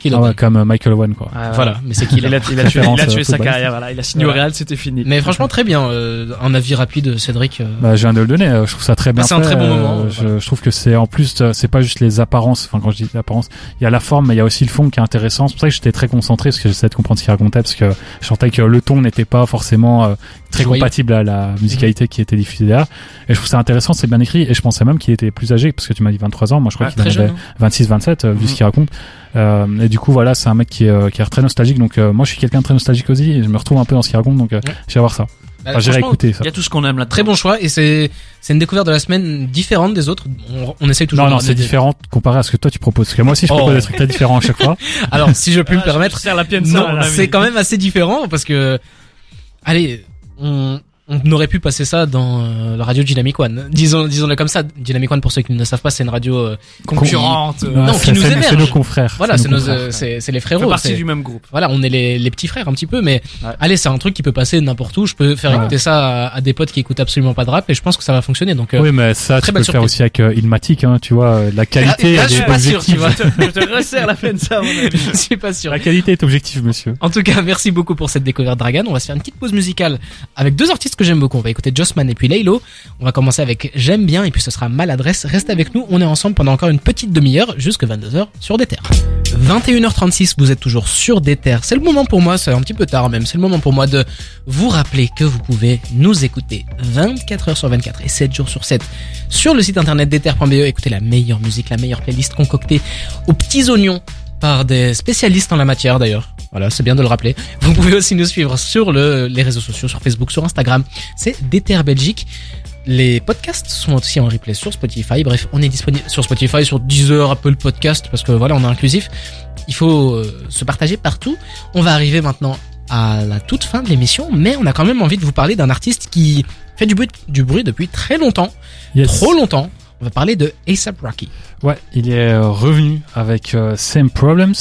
Kill Ah ouais, comme euh, Michael Owen, quoi. Ah, Voilà, mais c'est Kill Il a, il a tué, il a Référence, tué euh, sa football. carrière, voilà. Il a signé au Voilà. Real, c'était fini. Mais franchement, très bien. Euh, un avis rapide, Cédric. Euh... Bah, je viens de le donner. euh, Je trouve ça très bien Ah, c'est un fait. très bon moment, euh, voilà. Je, je trouve que c'est en plus, euh, c'est pas juste les apparences. Enfin, quand je dis l'apparence, il y a la forme, mais il y a aussi le fond qui est intéressant. C'est pour ça que j'étais très concentré parce que j'essayais de comprendre ce qu'il racontait parce que je sentais que le ton n'était pas forcément euh, très Joyeux. compatible à la musicalité qui était diffusée derrière. Et je trouve ça intéressant, c'est bien écrit. Et je pensais même qu'il était plus âgé parce que tu m'as dit vingt-trois ans. Moi, je crois Ah, qu'il en très avait jeune. vingt-six, vingt-sept, euh, vu Mhm. ce qu'il raconte. Euh, et du coup, voilà, c'est un mec qui est, euh, qui est très nostalgique. Donc, euh, moi, je suis quelqu'un de très nostalgique aussi. Et je me retrouve un peu dans ce qu'il raconte. Donc, euh, Ouais. j'irai voir ça. Bah, Enfin, j'irai franchement, écouter ça. Il y a tout ce qu'on aime là. Très bon choix et c'est c'est une découverte de la semaine différente des autres. On, on essaye toujours. Non, de non, ramener c'est des- différent comparé à ce que toi tu proposes. Parce que moi aussi, je Oh. propose des trucs très différents à chaque fois. Alors, si je puis me permettre, Faire la pienne non, c'est quand même assez différent parce que, allez, on, on aurait pu passer ça dans euh, la radio Dynamic One. Disons, disons-le comme ça. Dynamic One, pour ceux qui ne le savent pas, c'est une radio euh, concurrente. Non, c'est- qui nous c'est- héberge. C'est nos confrères. Voilà, c'est nos nos, confrères. euh, c'est c'est les On fait frérots. partie c'est- du même groupe. Voilà, on est les, les petits frères un petit peu, mais Ouais. allez, c'est un truc qui peut passer n'importe où. Je peux faire Ouais. écouter ça à, à des potes qui écoutent absolument pas de rap et je pense que ça va fonctionner. Donc, euh, Oui, mais ça, très tu peux belle le faire surprise. aussi avec euh, Ilmatic, hein, tu vois. euh, La qualité, Là, elle je suis est pas sûr, tu objective. vois. Je te resserre la peine, ça, mon ami. Je suis pas sûr. La qualité est objective, monsieur. En tout cas, merci beaucoup pour cette découverte Dragan. On va se faire une petite pause musicale avec deux artistes que j'aime beaucoup. On va écouter Jossman et puis Laylo. On va commencer avec J'aime bien et puis ce sera Maladresse. Reste avec nous, on est ensemble pendant encore une petite demi-heure jusqu'à vingt-deux heures sur Déter. vingt et une heures trente-six, vous êtes toujours sur Déter. C'est le moment pour moi, c'est un petit peu tard même, c'est le moment pour moi de vous rappeler que vous pouvez nous écouter vingt-quatre heures sur vingt-quatre et sept jours sur sept sur le site internet déter point b e. Écoutez la meilleure musique, la meilleure playlist concoctée aux petits oignons par des spécialistes en la matière d'ailleurs. Voilà, c'est bien de le rappeler. Vous pouvez aussi nous suivre sur le, les réseaux sociaux, sur Facebook, sur Instagram. C'est Déter Belgique. Les podcasts sont aussi en replay sur Spotify. Bref, on est disponible sur Spotify, sur Deezer, Apple Podcast, parce que voilà, on est inclusif. Il faut euh, se partager partout. On va arriver maintenant à la toute fin de l'émission, mais on a quand même envie de vous parler d'un artiste qui fait du bruit, du bruit depuis très longtemps, Yes. trop longtemps. On va parler de A$AP Rocky. Ouais, il est euh, revenu avec euh, Same Problems.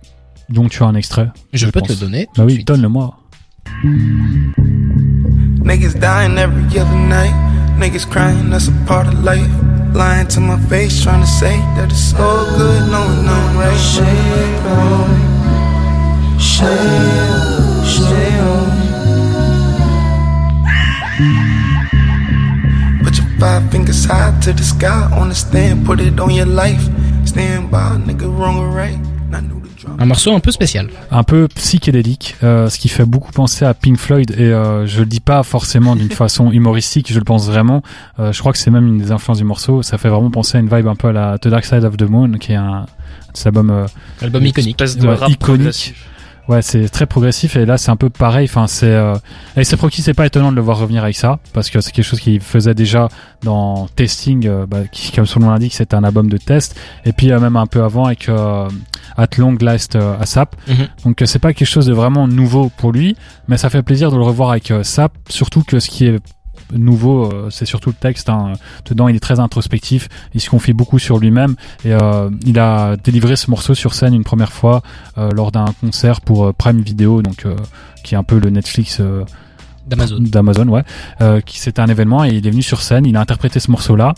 Donc tu as un extrait. Je, peux te pense. le donner. tout Bah de oui, suite. donne-le-moi. Niggas dying every other night. Niggas crying, that's a part of life. Lying to my face, trying to say that it's so good, knowing I'm right. Shame on me. Shame, shame on me. Put your five fingers high to the sky. On the stand, put it on your life. Stand by, nigga, wrong or right. Not new to drama. Un morceau un peu spécial. Un peu psychédélique, euh, ce qui fait beaucoup penser à Pink Floyd et euh, je le dis pas forcément d'une façon humoristique, je le pense vraiment. Euh, je crois que c'est même une des influences du morceau. Ça fait vraiment penser à une vibe un peu à la The Dark Side of the Moon, qui est un, un album euh, Album iconique. Espèce de Ouais, rap iconique. progressif. Ouais, c'est très progressif et là c'est un peu pareil. Enfin, c'est euh... A$AP Rocky, c'est pas étonnant de le voir revenir avec ça parce que c'est quelque chose qu'il faisait déjà dans Testing, euh, bah, qui, comme son nom l'indique, c'était un album de test. Et puis euh, même un peu avant avec euh, At Long Last euh, A$AP. Mhm. Donc euh, c'est pas quelque chose de vraiment nouveau pour lui, mais ça fait plaisir de le revoir avec euh, A$AP. Surtout que ce qui est nouveau, euh, c'est surtout le texte. Hein. Dedans, il est très introspectif. Il se confie beaucoup sur lui-même et euh, il a délivré ce morceau sur scène une première fois euh, lors d'un concert pour euh, Prime Video, donc euh, qui est un peu le Netflix euh, D'Amazon. d'Amazon, ouais. Euh, qui c'était un événement et il est venu sur scène. Il a interprété ce morceau-là.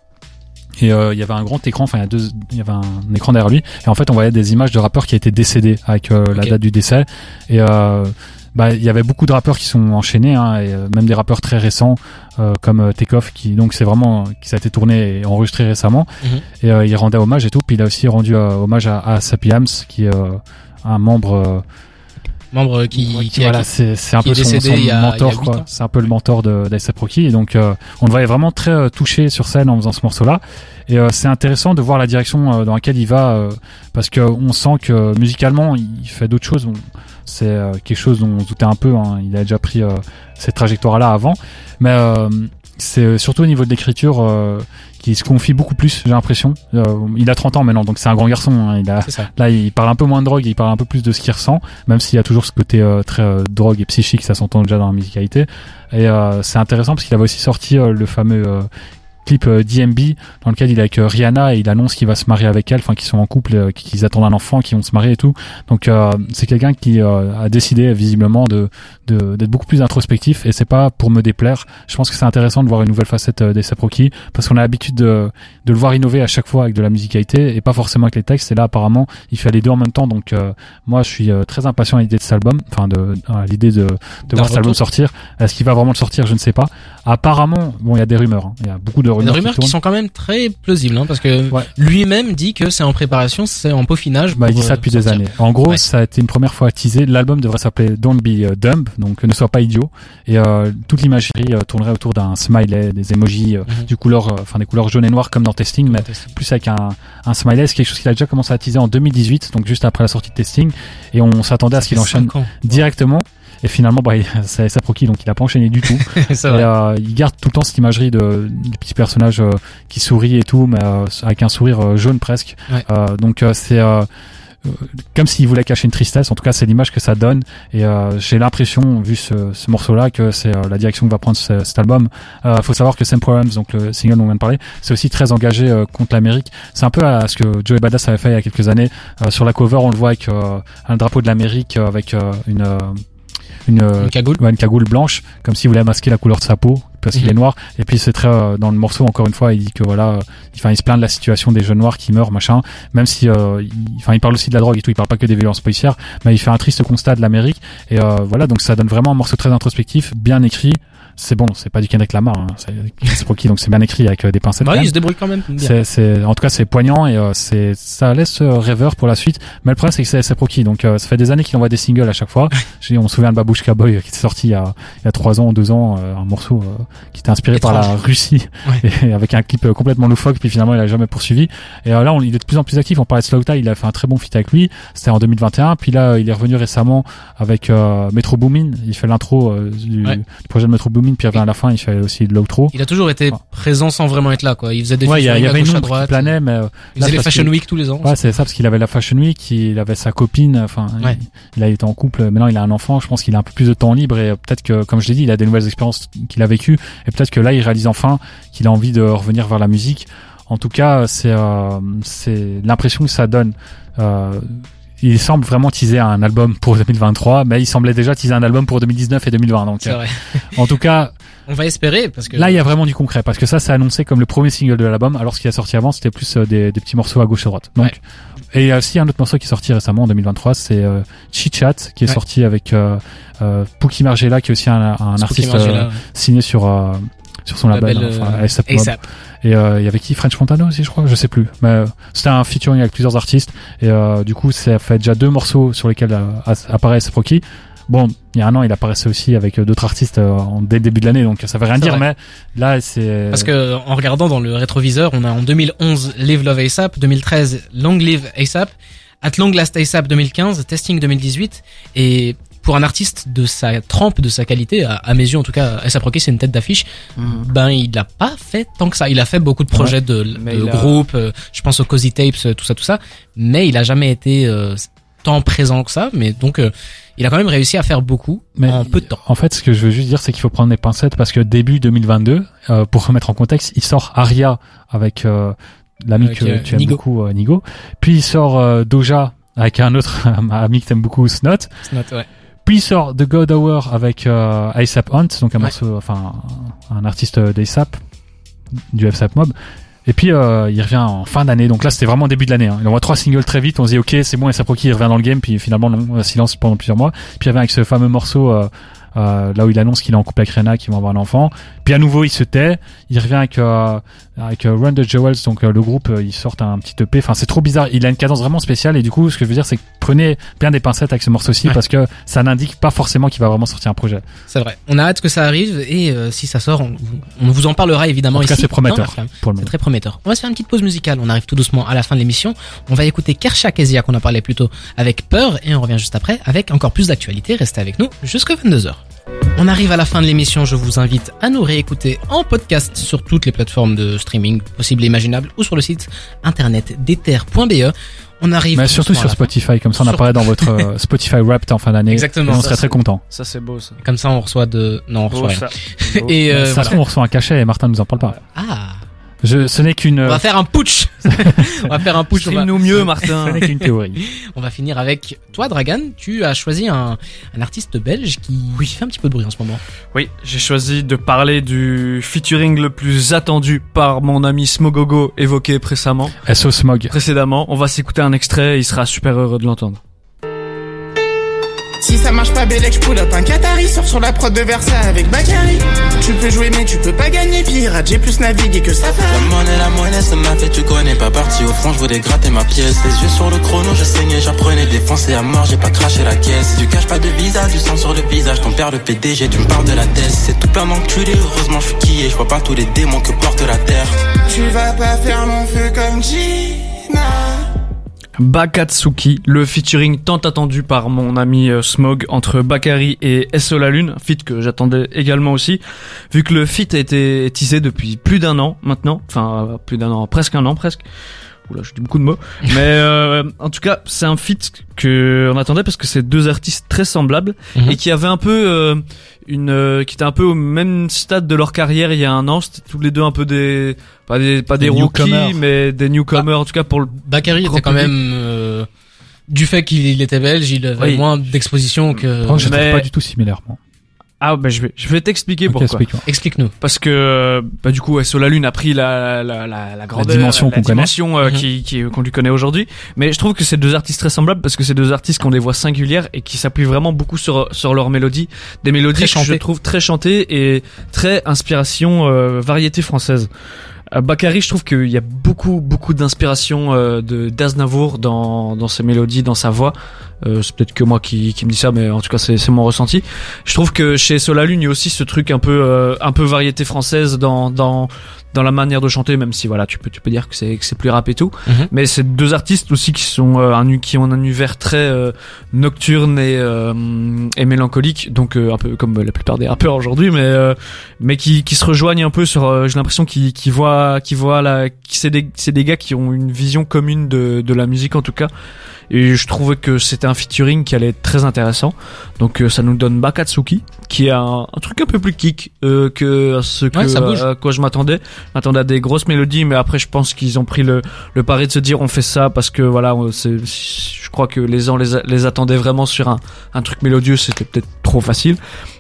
Et euh, il y avait un grand écran, enfin il y a deux, il y avait un écran derrière lui. Et en fait, on voyait des images de rappeurs qui étaient décédés avec euh, la Ok. date du décès. Et euh, bah il y avait beaucoup de rappeurs qui sont enchaînés, hein, et euh, même des rappeurs très récents euh, comme euh, Takeoff, qui donc c'est vraiment qui ça a été tourné et enregistré récemment. Mhm. Et euh, il rendait hommage et tout. Puis il a aussi rendu euh, hommage à, à Sapiams, qui est euh, un membre. Euh, Membre qui, Ouais, qui, voilà, qui- c'est c'est un qui peu est son, décédé son il y a- il y a mentor, huit quoi. ans. C'est un peu le mentor de d'A$AP Rocky. Et donc, euh, on le voyait vraiment très euh, touché sur scène en faisant ce morceau-là. Et euh, c'est intéressant de voir la direction euh, dans laquelle il va, euh, parce que on sent que musicalement, il fait d'autres choses. On- C'est euh, quelque chose dont on se doutait un peu. Hein. Il a déjà pris euh, cette trajectoire-là avant, mais euh, c'est surtout au niveau de l'écriture euh, qui se confie beaucoup plus. J'ai l'impression. Euh, il a trente ans maintenant, donc c'est un grand garçon. Hein. Il a C'est ça. Là, il parle un peu moins de drogue, il parle un peu plus de ce qu'il ressent, même s'il y a toujours ce côté euh, très euh, drogue et psychique, ça s'entend déjà dans la musicalité. Et euh, c'est intéressant parce qu'il avait aussi sorti euh, le fameux euh, clip euh, D M B dans lequel il est avec euh, Rihanna et il annonce qu'il va se marier avec elle, enfin qu'ils sont en couple, euh, qu'ils attendent un enfant, qu'ils vont se marier et tout. Donc euh, c'est quelqu'un qui euh, a décidé visiblement de, de d'être beaucoup plus introspectif et c'est pas pour me déplaire. Je pense que c'est intéressant de voir une nouvelle facette euh, d'A$AP Rocky parce qu'on a l'habitude de de le voir innover à chaque fois avec de la musicalité et pas forcément avec les textes. Et là apparemment il fait les deux en même temps. Donc euh, moi je suis euh, très impatient à l'idée de cet album, enfin de à l'idée de de voir cet album sortir. Est-ce qu'il va vraiment le sortir? Je ne sais pas. Apparemment, bon, il y a des rumeurs. Hein. Il y a beaucoup de rumeurs. Il y a des rumeurs qui, qui sont quand même très plausibles, hein, parce que ouais. lui-même dit que c'est en préparation, c'est en peaufinage. Bah, il dit ça depuis sortir. des années. En gros, ouais. ça a été une première fois teasé. L'album devrait s'appeler Don't Be Dumb, donc ne sois pas idiot. Et euh, toute l'imagerie euh, tournerait autour d'un smiley, des emojis, euh, mm-hmm. du couleur, enfin euh, des couleurs jaune et noir comme dans Testing, mais testing. plus avec un, un smiley. C'est quelque chose qu'il a déjà commencé à teaser en deux mille dix-huit, donc juste après la sortie de Testing. Et on s'attendait à ce qu'il enchaîne directement. Et finalement, bah, c'est A$AP Rocky, donc il a pas enchaîné du tout. et euh, il garde tout le temps cette imagerie de du petit personnage euh, qui sourit et tout, mais euh, avec un sourire euh, jaune presque. Ouais. Euh, donc euh, c'est euh, comme s'il voulait cacher une tristesse. En tout cas, c'est l'image que ça donne. Et euh, j'ai l'impression, vu ce, ce morceau-là, que c'est euh, la direction que va prendre ce, cet album. Euh, faut savoir que Same Problems, donc le single dont on vient de parler, c'est aussi très engagé euh, contre l'Amérique. C'est un peu à ce que Joey Badass avait fait il y a quelques années. Euh, sur la cover, on le voit avec euh, un drapeau de l'Amérique, euh, avec euh, une euh, Une, une cagoule ouais, une cagoule blanche, comme s'il voulait masquer la couleur de sa peau parce qu'il mmh. est noir. Et puis c'est très euh, dans le morceau, encore une fois, il dit que voilà, enfin euh, il se plaint de la situation des jeunes noirs qui meurent, machin. Même si, enfin, euh, il, il parle aussi de la drogue et tout. Il parle pas que des violences policières, mais il fait un triste constat de l'Amérique. Et euh, voilà, donc ça donne vraiment un morceau très introspectif, bien écrit. C'est bon, c'est pas du Kendrick Lamar, hein. c'est A$AP Rocky, donc c'est bien écrit avec euh, des pincettes. Bah, il se débrouille quand même. Bien. C'est, c'est, en tout cas, c'est poignant et euh, c'est, ça laisse euh, rêveur pour la suite. Mais le problème, c'est que c'est A$AP Rocky, donc euh, ça fait des années qu'il envoie des singles à chaque fois. J'ai, on se souvient de Babushka Boy euh, qui était sorti il y a, il y a trois ans ou deux ans, euh, un morceau euh, qui était inspiré Étrange. par la Russie, ouais. et avec un clip euh, complètement loufoque. Puis finalement, il a jamais poursuivi. Et euh, là, on, il est de plus en plus actif. On parlait de Slowthai, il a fait un très bon feat avec lui. C'était en deux mille vingt et un. Puis là, il est revenu récemment avec euh, Metro Boomin. Il fait l'intro euh, du, ouais. du projet de Metro Boomin. Puis il revient à la fin. Il fait aussi de l'outro. Il a toujours été présent sans vraiment être là, quoi. Il faisait des ouais, il y, y avait une à droite. Qui planait, mais euh, il faisait les Fashion Week tous les ans. Ouais, c'est ça, parce qu'il avait la Fashion Week, il avait sa copine, enfin, ouais. il, il a été en couple, maintenant il a un enfant, je pense qu'il a un peu plus de temps libre et euh, peut-être que, comme je l'ai dit, il a des nouvelles expériences qu'il a vécues et peut-être que là, il réalise enfin qu'il a envie de revenir vers la musique. En tout cas, c'est, euh, c'est l'impression que ça donne. Euh, il semble vraiment teaser un album pour deux mille vingt-trois, mais il semblait déjà teaser un album pour deux mille dix-neuf et deux mille vingt. Donc, c'est vrai. En tout cas, on va espérer parce que là il y a vraiment du concret parce que ça c'est annoncé comme le premier single de l'album alors ce qui a sorti avant c'était plus euh, des, des petits morceaux à gauche à droite. Donc ouais. Et il y a aussi un autre morceau qui est sorti récemment en deux mille vingt-trois, c'est euh, Chit Chat qui est ouais. sorti avec euh, euh, Pookie Margella qui est aussi un, un artiste euh, signé sur euh, sur son label, label hein, enfin, A$AP Mob. Et euh, il y avait qui, French Montana aussi, je crois, je sais plus. Mais euh, c'était un featuring avec plusieurs artistes et euh, du coup ça fait déjà deux morceaux sur lesquels euh, apparaît A$AP Rocky. Bon, il y a un an, il apparaissait aussi avec d'autres artistes euh, dès le début de l'année, donc ça veut rien c'est dire, vrai. Mais là, c'est... Parce que, en regardant dans le rétroviseur, on a en deux mille onze Live Love A$AP, deux mille treize Long Live A$AP, At Long Last A$AP deux mille quinze, Testing deux mille dix-huit, et pour un artiste de sa trempe, de sa qualité, à, à mes yeux en tout cas, A$AP Rocky c'est une tête d'affiche, mmh. ben il l'a pas fait tant que ça. Il a fait beaucoup de projets ouais. de, de a... groupes, euh, je pense aux Cozy Tapes, tout ça, tout ça, mais il a jamais été... Euh, tant présent que ça, mais donc euh, il a quand même réussi à faire beaucoup mais en peu de temps. En fait, ce que je veux juste dire, c'est qu'il faut prendre les pincettes parce que début deux mille vingt-deux, euh, pour remettre en contexte, il sort Aria avec euh, l'ami avec, que euh, tu aimes Nigo. beaucoup, euh, Nigo. Puis il sort euh, Doja avec un autre ami que t'aimes beaucoup, Snot. Snot, ouais. Puis il sort The God Hour avec euh, A$AP Hunt, donc un ouais. morceau, enfin un artiste d'A$AP, du A$AP Mob. Et puis euh, il revient en fin d'année, donc là c'était vraiment début de l'année. Hein. Il envoie trois singles très vite, on se dit ok c'est bon, A$AP Rocky il revient dans le game, puis finalement non, silence pendant plusieurs mois. Puis il revient avec ce fameux morceau euh, euh, là où il annonce qu'il est en couple avec Rihanna, qu'il va avoir un enfant. Puis à nouveau il se tait, il revient avec euh, avec euh, Run the Jewels, donc euh, le groupe euh, ils sortent un petit E P. Enfin c'est trop bizarre, il a une cadence vraiment spéciale et du coup ce que je veux dire c'est que prenez bien des pincettes avec ce morceau-ci ouais. parce que ça n'indique pas forcément qu'il va vraiment sortir un projet. C'est vrai. On a hâte que ça arrive et euh, si ça sort, on, on vous en parlera évidemment en tout ici. Cas, c'est prometteur. Pour le c'est très prometteur. On va se faire une petite pause musicale. On arrive tout doucement à la fin de l'émission. On va écouter Kersha Kezia qu'on a parlé plus tôt avec Peur et on revient juste après avec encore plus d'actualités. Restez avec nous jusqu'à vingt-deux heures. On arrive à la fin de l'émission, je vous invite à nous réécouter en podcast sur toutes les plateformes de streaming possibles et imaginables ou sur le site internet d'ether point b e. On arrive mais surtout sur Spotify, comme ça on sur... apparaît dans votre euh, Spotify Wrapped en fin d'année. Exactement. Et on serait très content. Ça c'est beau ça. Comme ça on reçoit de... Non on reçoit beau, rien. Ça. et euh, ça voilà. se trouve on reçoit un cachet et Martin nous en parle pas. Ah Je, ce n'est qu'une. On va faire un putsch. On va faire un putsch. On va... Stream-nous mieux, Martin. Ce n'est qu'une théorie. On va finir avec toi, Dragan. Tu as choisi un, un artiste belge qui oui. fait un petit peu de bruit en ce moment. Oui, j'ai choisi de parler du featuring le plus attendu par mon ami Smogogo évoqué précédemment. S O Smog. Précédemment, on va s'écouter un extrait, il sera super heureux de l'entendre. Si ça marche pas, Bélec, j'pull up un Qatari, sort sur la prod de Versailles avec Bakary. Tu peux jouer mais tu peux pas gagner, pirate, j'ai plus navigué que ça. La monnaie, la monnaie, c'est ma fête, tu connais pas parti au front, je voulais gratter ma pièce. Les yeux sur le chrono, je saignais, j'apprenais, défoncé à mort, j'ai pas craché la caisse. Tu caches pas de visa, du sang sur le visage, ton père le P D G, tu me parles de la thèse. C'est tout plein d'enculés, heureusement je suis quillé, je vois pas tous les démons que porte la terre. Tu vas pas faire mon feu comme Gina. Bakatsuki, le featuring tant attendu par mon ami euh, Smog entre Bakary et S O La Lune, feat que j'attendais également aussi, vu que le feat a été teasé depuis plus d'un an maintenant, enfin euh, plus d'un an, presque un an presque. Oula, je dis beaucoup de mots, mais euh, en tout cas c'est un feat que on attendait parce que c'est deux artistes très semblables mm-hmm. et qui avaient un peu euh, une, euh, qui étaient un peu au même stade de leur carrière il y a un an. C'était tous les deux un peu des pas des pas des, des rookies mais des newcomers, ah. en tout cas pour le Bakary était quand même euh, du fait qu'il était belge, il avait oui. moins d'exposition que. Je ne mais... trouve pas du tout similaire, moi. Ah bah je vais je vais t'expliquer okay, pourquoi. Explique-moi. Explique-nous. Parce que bah du coup S O La Lune a pris la la la la grandeur, la dimension la, qu'on la dimension connaît. Euh, mm-hmm. qui qui qu'on lui connaît aujourd'hui. Mais je trouve que c'est deux artistes très semblables parce que c'est deux artistes qui ont des voix singulières et qui s'appuient vraiment beaucoup sur sur leurs mélodies, des mélodies que je trouve très chantées et très inspiration euh, variété française. Bakary, je trouve qu'il y a beaucoup beaucoup d'inspiration euh, de d'Aznavour dans dans ses mélodies, dans sa voix. Euh, c'est peut-être que moi qui qui me dis ça, mais en tout cas c'est c'est mon ressenti. Je trouve que chez S O La Lune, il y a aussi ce truc un peu euh, un peu variété française dans dans dans la manière de chanter, même si voilà tu peux tu peux dire que c'est que c'est plus rap et tout. Mm-hmm. Mais c'est deux artistes aussi qui sont euh, un qui ont un univers très euh, nocturne et euh, et mélancolique, donc euh, un peu comme la plupart des rappeurs aujourd'hui, mais euh, mais qui qui se rejoignent un peu sur. Euh, j'ai l'impression qu'ils qu'ils voient qu'ils voient la qui c'est des c'est des gars qui ont une vision commune de de la musique en tout cas. Et je trouvais que c'était un featuring qui allait être très intéressant. Donc euh, ça nous donne Bakatsuki, qui est un, un truc un peu plus kick euh, que ce que ouais, euh, quoi je m'attendais. Je m'attendais à des grosses mélodies, mais après je pense qu'ils ont pris le le pari de se dire on fait ça parce que voilà, c'est, je crois que les gens les les attendaient vraiment sur un un truc mélodieux, c'était peut-être trop facile.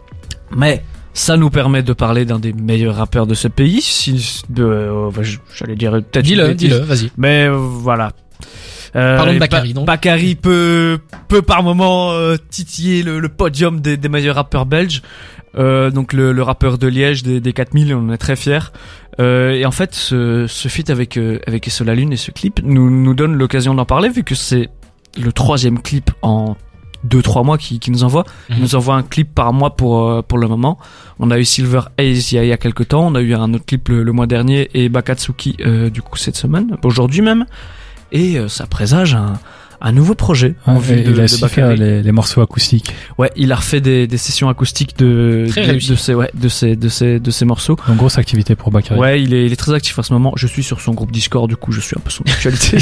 Mais ça nous permet de parler d'un des meilleurs rappeurs de ce pays. Si, de, euh, j'allais dire peut-être. Dis-le, dis-le, vas-y. Mais euh, voilà. Euh, Parlons de Bakary, donc. Bakary peut, peut par moment euh, titiller le, le podium des, des meilleurs rappeurs belges. Euh, donc le, le rappeur de Liège des, des quatre mille, on en est très fiers. Euh, et en fait, ce, ce feat avec euh, avec S O La Lune et ce clip nous nous donne l'occasion d'en parler, vu que c'est le troisième clip en deux trois mois qui, qui nous envoie. Mmh. Il nous envoie un clip par mois pour euh, pour le moment. On a eu Silver Haze il y a, il y a quelques temps. On a eu un autre clip le, le mois dernier et Bakatsuki euh, du coup cette semaine, aujourd'hui même. Et euh, ça présage un, un nouveau projet. Ouais, en vue de, il a aussi fait les, les morceaux acoustiques. Ouais, il a refait des, des sessions acoustiques de de, de ces ouais de ces de ces de ces morceaux. Donc grosse activité pour Bakary. Ouais, il est il est très actif en ce moment. Je suis sur son groupe Discord, du coup je suis un peu son actualité.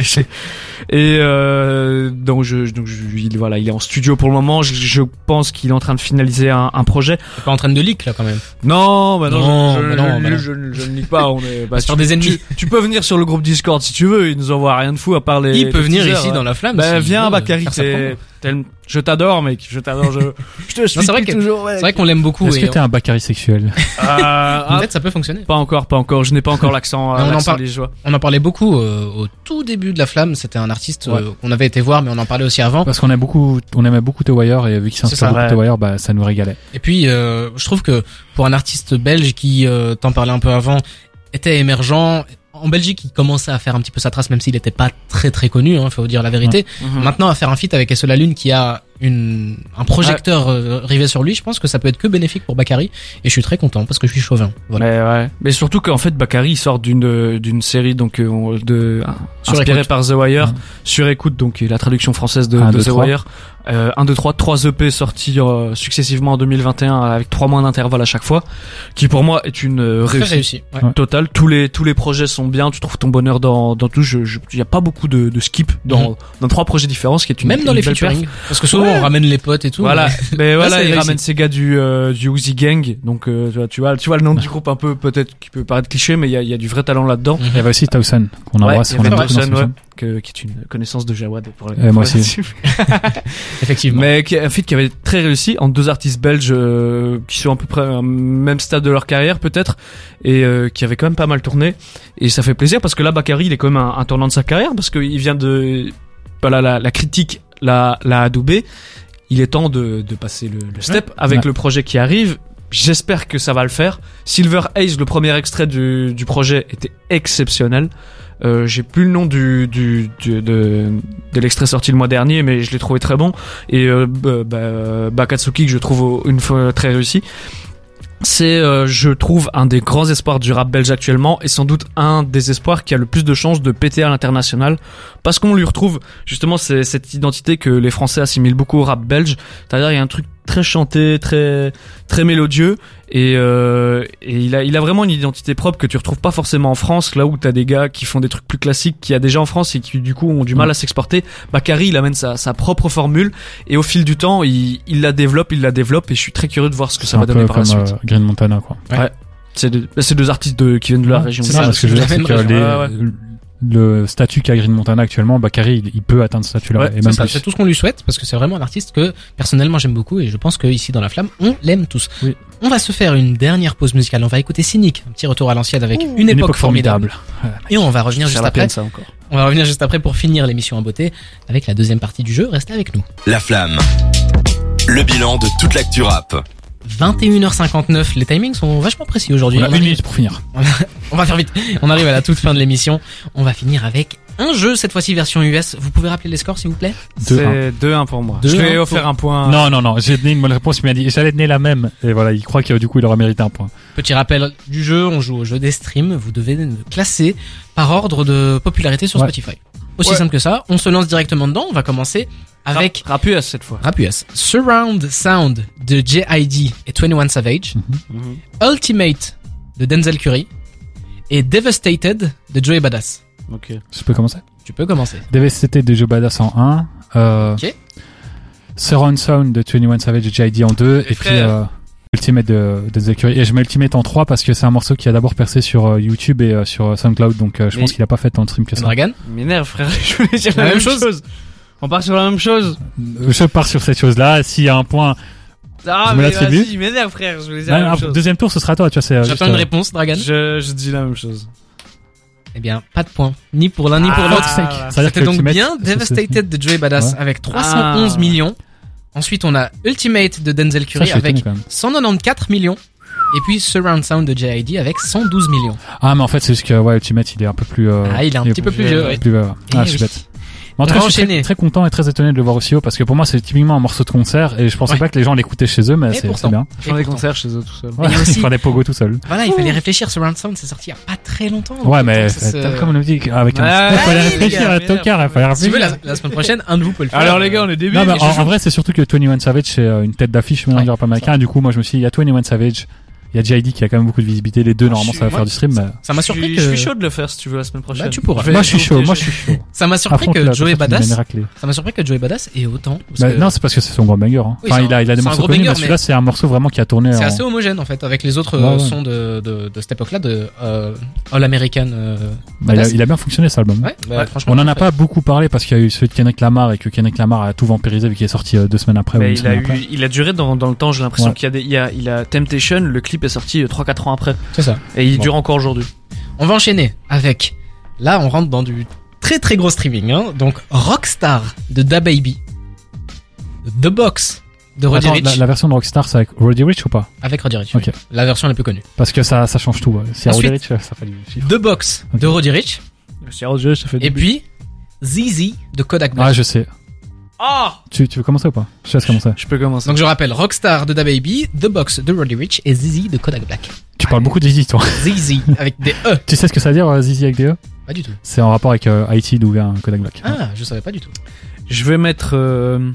Et euh, donc je donc je, il voilà, il est en studio pour le moment. Je, je pense qu'il est en train de finaliser un, un projet. C'est pas en train de leak là quand même. Non, bah non, non, je, je, bah non, je, bah non. je, je, je ne lis pas. On est bah, tu, des ennemis. Tu, tu peux venir sur le groupe Discord si tu veux. Il nous envoie rien de fou à part les. Il peut les venir teasers, ici ouais. dans la flamme. Bah si viens, veut, Bakary, t'es, t'es, je t'adore, mec. Je t'adore. Je, je te suis non, c'est vrai toujours. Ouais. C'est vrai qu'on l'aime beaucoup. Est-ce et que t'es un Bakary sexuel? euh, Peut-être ça peut fonctionner. Pas encore, pas encore. Je n'ai pas encore l'accent. on l'accent en parle. liégeois. On en parlait beaucoup euh, au tout début de la flamme. C'était un artiste ouais. euh, qu'on avait été voir, mais on en parlait aussi avant. Parce qu'on aime beaucoup, on aimait beaucoup The Wire et vu qu'il s'inspire beaucoup de The Wire, bah ça nous régalait. Et puis, euh, je trouve que pour un artiste belge qui, euh, t'en parlais un peu avant, était émergent. En Belgique, il commençait à faire un petit peu sa trace, même s'il n'était pas très très connu, hein, faut dire la vérité. Ouais. Mm-hmm. Maintenant, à faire un feat avec S O La Lune qui a une un projecteur ouais. euh, rivé sur lui, je pense que ça peut être que bénéfique pour Bakary. Et je suis très content parce que je suis chauvin. Voilà. Mais ouais. Mais surtout qu'en fait, Bakary il sort d'une d'une série donc euh, de sur inspirée écoute. par The Wire, ouais. sur écoute, donc la traduction française de, un, de deux, The trois. Wire. Euh, un, deux, trois, trois E P sortis euh, successivement en deux mille vingt et un avec trois mois d'intervalle à chaque fois, qui pour moi est une euh, Très réussite réussi. Ouais. totale. Tous les tous les projets sont bien. Tu trouves ton bonheur dans dans tout. Je, je, y a pas beaucoup de, de skip dans mm-hmm. dans trois projets différents, ce qui est une même dans une les belle featuring. perf. Parce que souvent Ouais. on ramène les potes et tout. Voilà, mais- mais voilà, c'est il réussi. ramène ces gars du euh, du Uzi Gang, donc euh, tu vois, tu vois, tu vois le nom du groupe un peu peut-être qui peut paraître cliché, mais il y a, il y a du vrai talent là-dedans. Il y avait aussi Towson, qu'on embrasse. Ouais, on il y aime avait beaucoup dans Towson, ce ouais, film. que, qui est une connaissance de Jawad pour les. Et moi pour les- aussi. Effectivement. Mais qui est un feat qui avait très réussi en deux artistes belges euh, qui sont à peu près au même stade de leur carrière peut-être et euh, qui avaient quand même pas mal tourné et ça fait plaisir parce que là Bakary il est quand même un, un tournant de sa carrière parce qu'il vient de voilà la, la critique l'a l'a adoubé, il est temps de, de passer le, le step avec Ouais. le projet qui arrive. J'espère que ça va le faire. Silver Haze, le premier extrait du, du projet était exceptionnel. Euh, j'ai plus le nom du, du, du de, de l'extrait sorti le mois dernier, mais je l'ai trouvé très bon. Et euh, bah, bah, Bakatsuki que je trouve une fois très réussi. C'est, euh, je trouve, un des grands espoirs du rap belge actuellement et sans doute un des espoirs qui a le plus de chances de péter à l'international parce qu'on lui retrouve justement c'est, cette identité que les Français assimilent beaucoup au rap belge. C'est-à-dire il y a un truc très chanté, très très mélodieux et, euh, et il a il a vraiment une identité propre que tu retrouves pas forcément en France, là où t'as des gars qui font des trucs plus classiques qu'il y a déjà en France et qui du coup ont du mal à s'exporter. Bakary il amène sa, sa propre formule et au fil du temps il, il la développe, il la développe et je suis très curieux de voir ce que C'est ça va un peu donner par la comme suite. euh, Green Montana, quoi. C'est deux, bah, c'est deux artistes de, qui viennent de la Ouais, région. c'est Non, ça, parce que je veux dire, c'est c'est la que même les, région. Ouais, ouais. le statut qu'a Green Montana actuellement, Bakary, il, il peut atteindre ce statut-là, Ouais, et C'est même ça, plus. c'est tout ce qu'on lui souhaite parce que c'est vraiment un artiste que personnellement j'aime beaucoup et je pense que ici dans la flamme on l'aime tous. Oui. On va se faire une dernière pause musicale. On va écouter Cynic, un petit retour à l'ancienne avec une, Une époque, formidable. Et on va revenir Ça juste la après. peine, ça encore. On va revenir juste après pour finir l'émission en beauté avec la deuxième partie du jeu. Restez avec nous. La flamme. Le bilan de toute l'actu rap. vingt et une heures cinquante-neuf. Les timings sont vachement précis aujourd'hui. On a On une arrive- minute pour finir. On va faire vite. On arrive à la toute fin de l'émission. On va finir avec un jeu, cette fois-ci version U S. Vous pouvez rappeler les scores s'il vous plaît? Deux, un. C'est deux un pour moi. deux Je vais un offrir pour- un point. Non, non, non, j'ai donné une bonne réponse, il m'a dit, j'allais donner la même. Et voilà, il croit que du coup, il aura mérité un point. Petit rappel du jeu, on joue au jeu des streams. Vous devez nous classer par ordre de popularité sur Ouais. Spotify. Aussi Ouais. simple que ça. On se lance directement dedans. On va commencer avec Rap U S cette fois. Rap U S. Surround Sound de J I D et twenty-one Savage. Ultimate de Denzel Curry. Et Devastated de Joey Badass. Ok. Je peux commencer? Tu peux commencer. Devastated de Joe Badass en un. Euh, Ok. Surround Sound de twenty-one Savage et J I D en deux. Et, puis, frères. euh, Ultimate de, de The Curry. Et je mets Ultimate en trois parce que c'est un morceau qui a d'abord percé sur euh, YouTube et euh, sur SoundCloud. Donc, euh, je Mais- pense qu'il a pas fait tant de stream que ça. Dragan. M'énerve frère. Je voulais dire La la, même même chose. chose. On part sur la même chose. Euh, Je pars sur cette chose-là. S'il y a un point, Ah Je me mais l'attribue. vas-y, m'énerve frère. Je voulais dire non, la un même chose. deuxième tour, ce sera toi. Tu vois, c'est, euh, J'attends juste, une euh, réponse, Dragan. Je, je dis la même chose. Eh bien, pas de point. Ni pour l'un ni pour Ah, l'autre. sec. voilà. C'est-à-dire C'était que donc Ultimate, bien c'est- Devastated de Joey Badass Ouais. avec trois cent onze Ah. millions. Ensuite, on a Ultimate de Denzel Ça, Curry je suis étonné, avec quand même. cent quatre-vingt-quatorze millions. Et puis Surround Sound de J I D avec cent douze millions. Ah, mais en fait, c'est juste que, ouais, Ultimate, il est un peu plus, euh, Ah, il est un petit peu plus vieux, ouais. plus, euh, Eh ah, je suis oui. bête. Mais en On tout cas, va je suis enchaîner. très, très content et très étonné de le voir aussi haut parce que pour moi, c'est typiquement un morceau de concert et je pensais Ouais. pas que les gens l'écoutaient chez eux, mais Et c'est, pourtant. c'est bien. Je fais des pourtant. concerts chez eux tout seul. Ouais, il y a aussi- ils font des pogos tout seul. Voilà, il fallait réfléchir. Surround Sound, c'est sorti il y a pas très longtemps. Ouais, Donc, mais ça se- t'as comme on nous dit, avec un Ouais, il fallait ouais, réfléchir les à gars, Tokar, il fallait Si tu veux, réfléchir. la, la semaine prochaine, un de vous peut le faire. Alors les gars, on est début. Non, mais mais en, je- en vrai, c'est surtout que twenty-one Savage, c'est euh, une tête d'affiche maintenant Ouais, du rap américain. Et du coup, moi, je me suis dit, il y a twenty-one Savage, il y a J I D qui a quand même beaucoup de visibilité. Les deux, Moi, normalement, je ça va suis- faire du stream. Mais... Ça m'a Je surpris suis, que. je suis chaud de le faire si tu veux la semaine prochaine. Bah, tu pourras. Je vais- Moi, je suis vais chaud, opter, moi, je suis chaud. Ça m'a surpris Affronte que la Joey personne qui Badass. mène raclée. Ça m'a surpris que Joey Badass ait autant. parce Bah, que non, c'est parce que c'est son gros banger. Hein. Oui, Enfin, c'est il a, il a des un- c'est un morceaux gros connus, banger, mais celui-là, c'est un morceau vraiment qui a tourné. c'est en... assez homogène en fait avec les autres Ouais, euh, ouais. sons de, de, de cette époque-là de euh, All American. Euh, Bah, il, a, Badass. il a bien fonctionné, cet album. Ouais, bah, Ouais. franchement. On en a parfait. pas beaucoup parlé parce qu'il y a eu celui de Kendrick Lamar et que Kendrick Lamar a tout vampirisé vu qu'il est sorti euh, deux semaines après. ou Mais une il a semaine eu, après. il a duré dans, dans le temps. J'ai l'impression Ouais. qu'il y a des, il y a, il a Temptation. Le clip est sorti euh, trois quatre ans après C'est ça. et il Bon. dure encore aujourd'hui. On va enchaîner avec. Là, on rentre dans du très très gros streaming. Hein. Donc Rockstar de DaBaby, The Box de Roddy Attends, Ricch la, la version de Rockstar, c'est avec Roddy Ricch ou pas? avec Roddy Ricch. Ok. oui. La version la plus connue. Parce que ça, ça change tout. Ouais. Si Ensuite- Roddy Ricch, ça fait du chiffre. The Box Ok. de Roddy Ricch. ça fait Et puis Z Z de Kodak Black. Ah, je sais. Ah, Tu, tu veux commencer ou pas? Je te laisse commencer. je peux commencer. Donc je rappelle Rockstar de DaBaby, The Box de Roddy Ricch et Z Z de Kodak Black. Tu parles beaucoup de Zizi, toi. Z Z avec des E. Tu sais ce que ça veut dire, euh, Zizi avec des E? Pas du tout. C'est en rapport avec euh, Haïti d'où vient Kodak Black. Ah, je savais pas du tout. Je vais mettre, euh,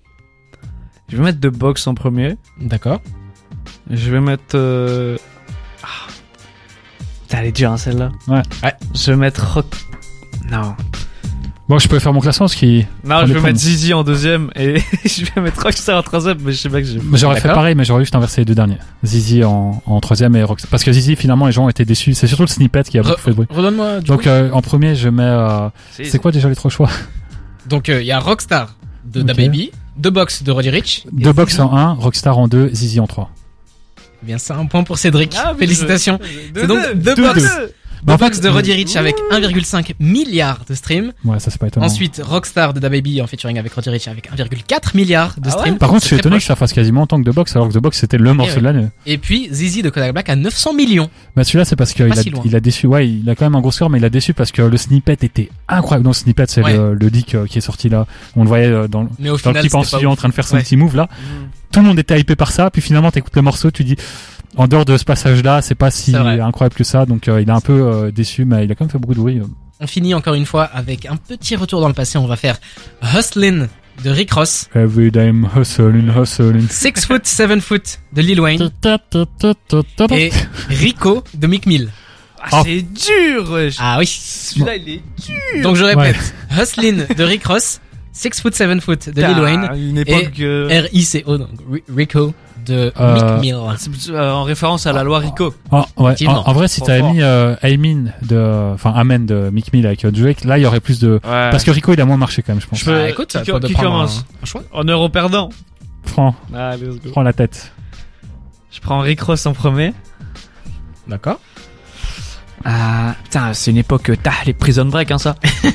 je vais mettre The Box en premier. D'accord. Je vais mettre, euh... ah. Putain, elle est dure, hein, celle-là. Ouais. Ouais. Je vais mettre Rock. Non. Bon, je peux faire mon classement, ce qui. Non, On je est vais prêt, mettre Zizi en deuxième et je vais mettre Rockstar en troisième, mais je sais pas que j'ai. J'aurais fait D'accord. pareil, mais j'aurais juste inversé les deux derniers. Zizi en, en troisième et Rockstar. Parce que Zizi, finalement, les gens ont été déçus. C'est surtout le snippet qui a beaucoup Re- fait de bruit. Redonne-moi du Donc, coup. euh, en premier, je mets. Euh, c'est quoi déjà les trois choix? Donc il y a Rockstar de Ok. DaBaby, The Box de Roddy Ricch. et Deux box Zizi. en un, Rockstar en deux, Zizi en trois. Eh bien, c'est un point pour Cédric. Ah, mais Félicitations. je- C'est donc deux, The deux, Box. deux. The Mais en Box fait, de Roddy Ricch avec un virgule cinq milliard de streams. Ouais, ça c'est pas étonnant. Ensuite, Rockstar de DaBaby en featuring avec Roddy Ricch avec un virgule quatre milliard de Ah ouais streams. Par contre, je C'est suis très étonné proche. que ça fasse quasiment autant que The Box, alors que The Box c'était le morceau ouais. de l'année. Et puis, Zizi de Kodak Black à neuf cents millions. Bah celui-là c'est parce qu'il Pas a, si loin. il a déçu, ouais, il a quand même un gros score, mais il a déçu parce que le snippet était incroyable. Non, le snippet c'est Ouais. le, le leak euh, qui est sorti là. On le voyait euh, dans, le- Mais au dans le final, clip en c'était pas studio en ouf. train de faire son Ouais. petit move là. Mm. Tout le monde était hypé par ça, puis finalement t'écoutes le morceau, tu dis en dehors de ce passage là, c'est pas si C'est vrai. incroyable que ça, donc euh, il est un peu euh, déçu, mais il a quand même fait beaucoup de bruit. euh. On finit encore une fois avec un petit retour dans le passé. On va faire Hustlin' de Rick Ross, Every day I'm hustling, hustling. Six Foot, Seven Foot de Lil Wayne et Rico de Meek Mill. Ah, Oh. c'est dur, wesh. Ah oui. Celui-là, il est dur. Donc je répète, Hustlin' de Rick Ross, Six Foot, Seven Foot de Lil Ah, Wayne, une époque euh, R I C O, donc Ri- Rico de Euh, Meek Mill. c'est, euh, en référence à la loi Rico. Oh, ouais. en, Effectivement. en vrai, si Trop t'avais fort. mis euh, Amen de, enfin Amen de Meek Mill avec euh, Drake, là il y aurait plus de. Ouais. Parce que Rico il a moins marché quand même, je pense. Je peux- Ah, écoute, ça qui, peut qui prendre commence un, un choix. Honneur au perdant. Prends, Allez, let's go. prends la tête. Je prends Rick Ross en premier. D'accord. Ah, putain, c'est une époque, euh, tah, les prison break, hein, ça.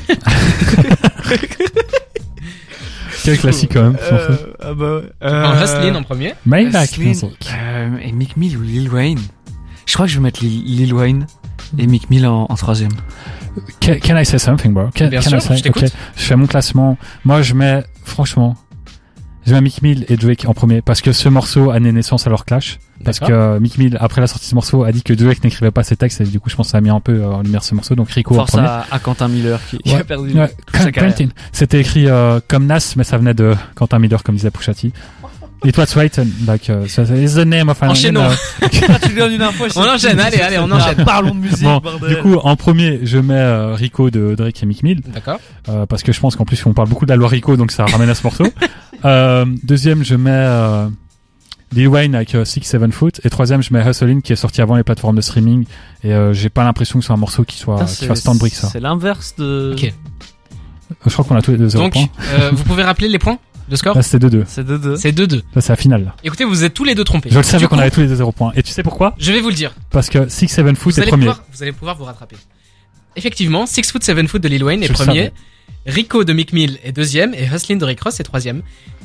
Quel classique quand même. sans Euh, feu. ah bah, ouais. En Euh, Hustlin' en premier. Maybach Hustlin', music. euh, et Meek Mill ou Lil Wayne. Je crois que je vais mettre Lil, Lil Wayne et Meek Mill en, en troisième. Can, can I say something, bro? Can, Bien can sûr, I say- je t'écoute. Ok, je fais mon classement. Moi, je mets, franchement, je mets Meek Mill et Drake en premier parce que ce morceau a né naissance à leur clash. Parce D'accord. que euh, Meek Mill, après la sortie de ce morceau, a dit que Drake n'écrivait pas ses textes et du coup, je pense que ça a mis un peu euh, en lumière ce morceau. Donc Rico en Force premier. à, à Quentin Miller qui, qui Ouais. a perdu Ouais, toute sa carrière. Quentin. C'était écrit euh, comme Nas, mais ça venait de Quentin Miller, comme disait Pusha T. It was right, and, like, uh, so it's the name of an Enchaînons. uh, Ah, tu lui donnes une info, je On sais enchaîne, plus. allez, allez, on Ah, enchaîne. Parlons de musique, Bon, bordel. du coup, en premier, je mets euh, Rico de Drake et Meek Mill, D'accord. euh, parce que je pense qu'en plus, on parle beaucoup de la loi Rico, donc ça ramène à ce morceau. Euh, deuxième, je mets euh, Lil Wayne avec euh, Six Seven Foot, et troisième, je mets Hustlin' qui est sorti avant les plateformes de streaming, et euh, j'ai pas l'impression que ce soit un morceau qui soit Putain, qui c'est- fasse tant de briques ça. C'est l'inverse de. Ok. Euh, Je crois qu'on a tous les deux zéro Donc, points. euh, vous pouvez rappeler les points de score? Là, c'était deux deux. C'est deux deux. C'est deux deux. Là, c'est la finale. Là. Écoutez, vous êtes tous les deux trompés. Je le savais Du qu'on coup, avait tous les deux zéro points. Et tu sais pourquoi? Je vais vous le dire. Parce que Six Seven Foot Vous est allez, premier. pouvoir, vous allez pouvoir vous rattraper. Effectivement, Six Foot, Seven Foot de Lil Wayne est Je le premier. savais. Rico de Meek Mill est deuxième. Et Hustlin' de Rick Ross est troisième.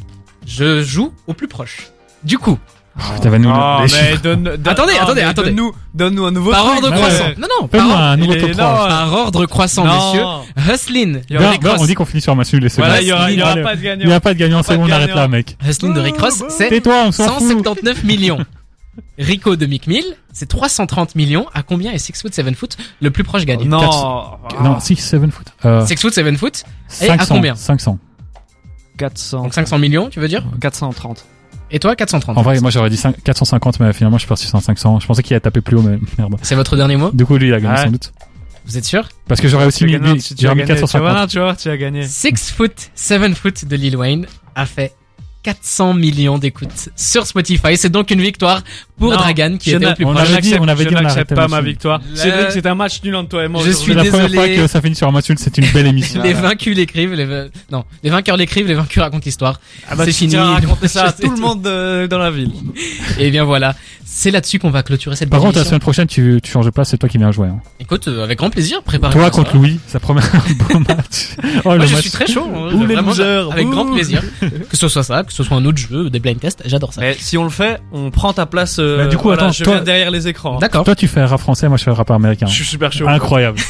Je joue au plus proche. Du coup, T'avais nous Oh, les mais chiffres. donne, donne- Attendez, oh, attendez, mais attendez. Donne-nous, donne-nous un nouveau par truc. ordre ouais. croissant. Non, non, Fais-moi par, un nouveau il top est trois. là. par ordre croissant, Non. messieurs. Hustlin' Il y de aura- Rick Non, Ross. on dit qu'on finit sur un match nul et c'est Voilà, bon. il y aura, il y aura Allez. pas de Il y gagnant. a pas de gagnant, c'est Pas de bon, on arrête gagnant. là, mec. Hustlin' de Rick Ross, c'est Tais-toi, on s'en cent fout. septantaneuf millions. Rico de Meek Mill, c'est trois cent trente millions. À combien est Six Foot, Seven Foot? Le plus proche gagne. Non. Non, Six Seven Foot. Euh, Six Foot, Seven Foot. Et à cinq cents. combien cinq cents. quatre cents. Donc cinq cents millions, tu veux dire? quatre cent trente. Et toi, quatre cent trente. En vrai, moi j'aurais dit cinq- quatre cent cinquante, mais finalement je suis parti sur cinq cents. Je pensais qu'il allait taper plus haut, mais merde. C'est votre dernier mot? Du coup, lui, il a gagné Ouais. sans doute. Vous êtes sûr? Parce que j'aurais aussi Tu mis as gagné, lui, tu- tu j'aurais as mis gagné. quatre cent Tu vois, cinquante. tu vois, tu as gagné. Six Foot, Seven Foot de Lil Wayne a fait quatre cents millions d'écoutes sur Spotify. C'est donc une victoire pour Non, Dragan qui je était n'a- au plus on proche. avait dit- on avait je dit on n'accepte arrêtait pas le ma match. victoire. Le- Cédric, c'est un match nul entre toi et moi. Je aujourd'hui. suis C'est la première désolé. fois que ça finit sur un match nul, c'est une belle émission. Les vaincus l'écrivent, les va- non, les vainqueurs l'écrivent, les vaincus racontent l'histoire. Ah bah, c'est tu fini. tiens à raconter ça à Je sais tout le tout. monde euh, dans la ville. Et bien voilà, c'est là-dessus qu'on va clôturer cette Par belle contre, la émission. semaine prochaine, tu, tu changes de place, c'est toi qui viens jouer. Hein. Écoute, euh, avec grand plaisir, préparez Toi contre Louis, ça promet un beau match. Oh, Moi, le je match. suis très chaud. hein. Ouh, les Vraiment, losers. avec Ouh. grand plaisir. Que ce soit ça, que ce soit un autre jeu, des blind tests, j'adore ça. Mais si on le fait, on prend ta place. euh, Bah, du coup, voilà, attends, je toi- viens derrière les écrans. D'accord, Toi, tu fais rap français, moi je fais rap américain. Je suis super chaud. Incroyable.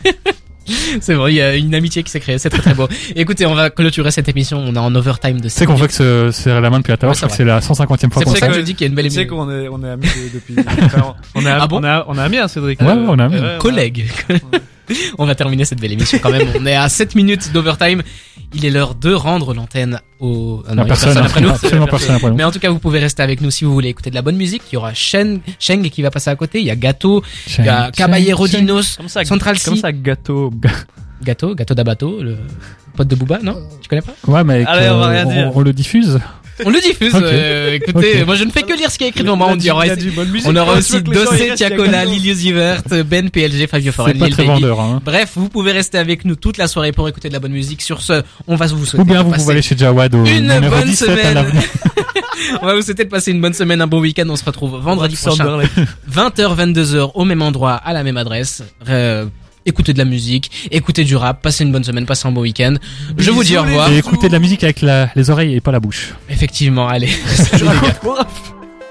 c'est vrai, il y a une amitié qui s'est créée, c'est très très beau. Écoutez, on va clôturer cette émission, on est en overtime de Tu sais qu'on fait que ce, c'est la main depuis la tout à l'heure, Ouais, je crois que c'est c'est la cent cinquantième fois C'est qu'on pour le ça que fait. je dis qu'il y a une belle Tu sais émission. qu'on est, on est amis de- depuis. Enfin, on est, Ah bon on est, on est amis, hein, Cédric. Ouais, Euh, ouais, on est amis. ouais, on a- Collègues. On va terminer cette belle émission quand même. On est à sept minutes d'overtime. Il est l'heure de rendre l'antenne au... Ah non, La il y a personne, après nous. absolument personne après nous. Mais en tout cas, vous pouvez rester avec nous si vous voulez écouter de la bonne musique. Il y aura Sheng, Sheng qui va passer à côté. Il y a Gato. Il y a Caballero Sheng, Sheng. Dinos. Comme ça, Central comme C. ça, gâteau. Gâteau, Gâteau d'Abato, le pote de Booba, non? Tu connais pas? Ouais, mais avec, Allez, on va rien on, dire. on le diffuse. On le diffuse. Ok. euh, écoutez, Ok. moi je ne fais que lire ce qui est écrit devant moi. On Il y a aura, du bonne musique. on aura Je aussi veux que les gens, ils Dossé, restent Tiakola, avec nous. Lilius Vivert, Ben, P L G, Fabio C'est Forel, pas Lil très Baby. vendeur, hein. Bref, vous pouvez rester avec nous toute la soirée pour écouter de la bonne musique. Sur ce, on va vous souhaiter Ou bien vous de pouvez passer aller chez Jawad au une numéro bonne dix-sept à semaine. l'avenue. On va vous souhaiter de passer une bonne semaine, un bon week-end. On se retrouve vendredi prochain, Sunderland. vingt heures, vingt-deux heures, au même endroit, à la même adresse. Euh, écoutez de la musique, écoutez du rap, passez une bonne semaine, passez un bon week-end. Je vous dis au revoir. Et écoutez de la musique avec la, les oreilles et pas la bouche. Effectivement, allez. Salut les gars.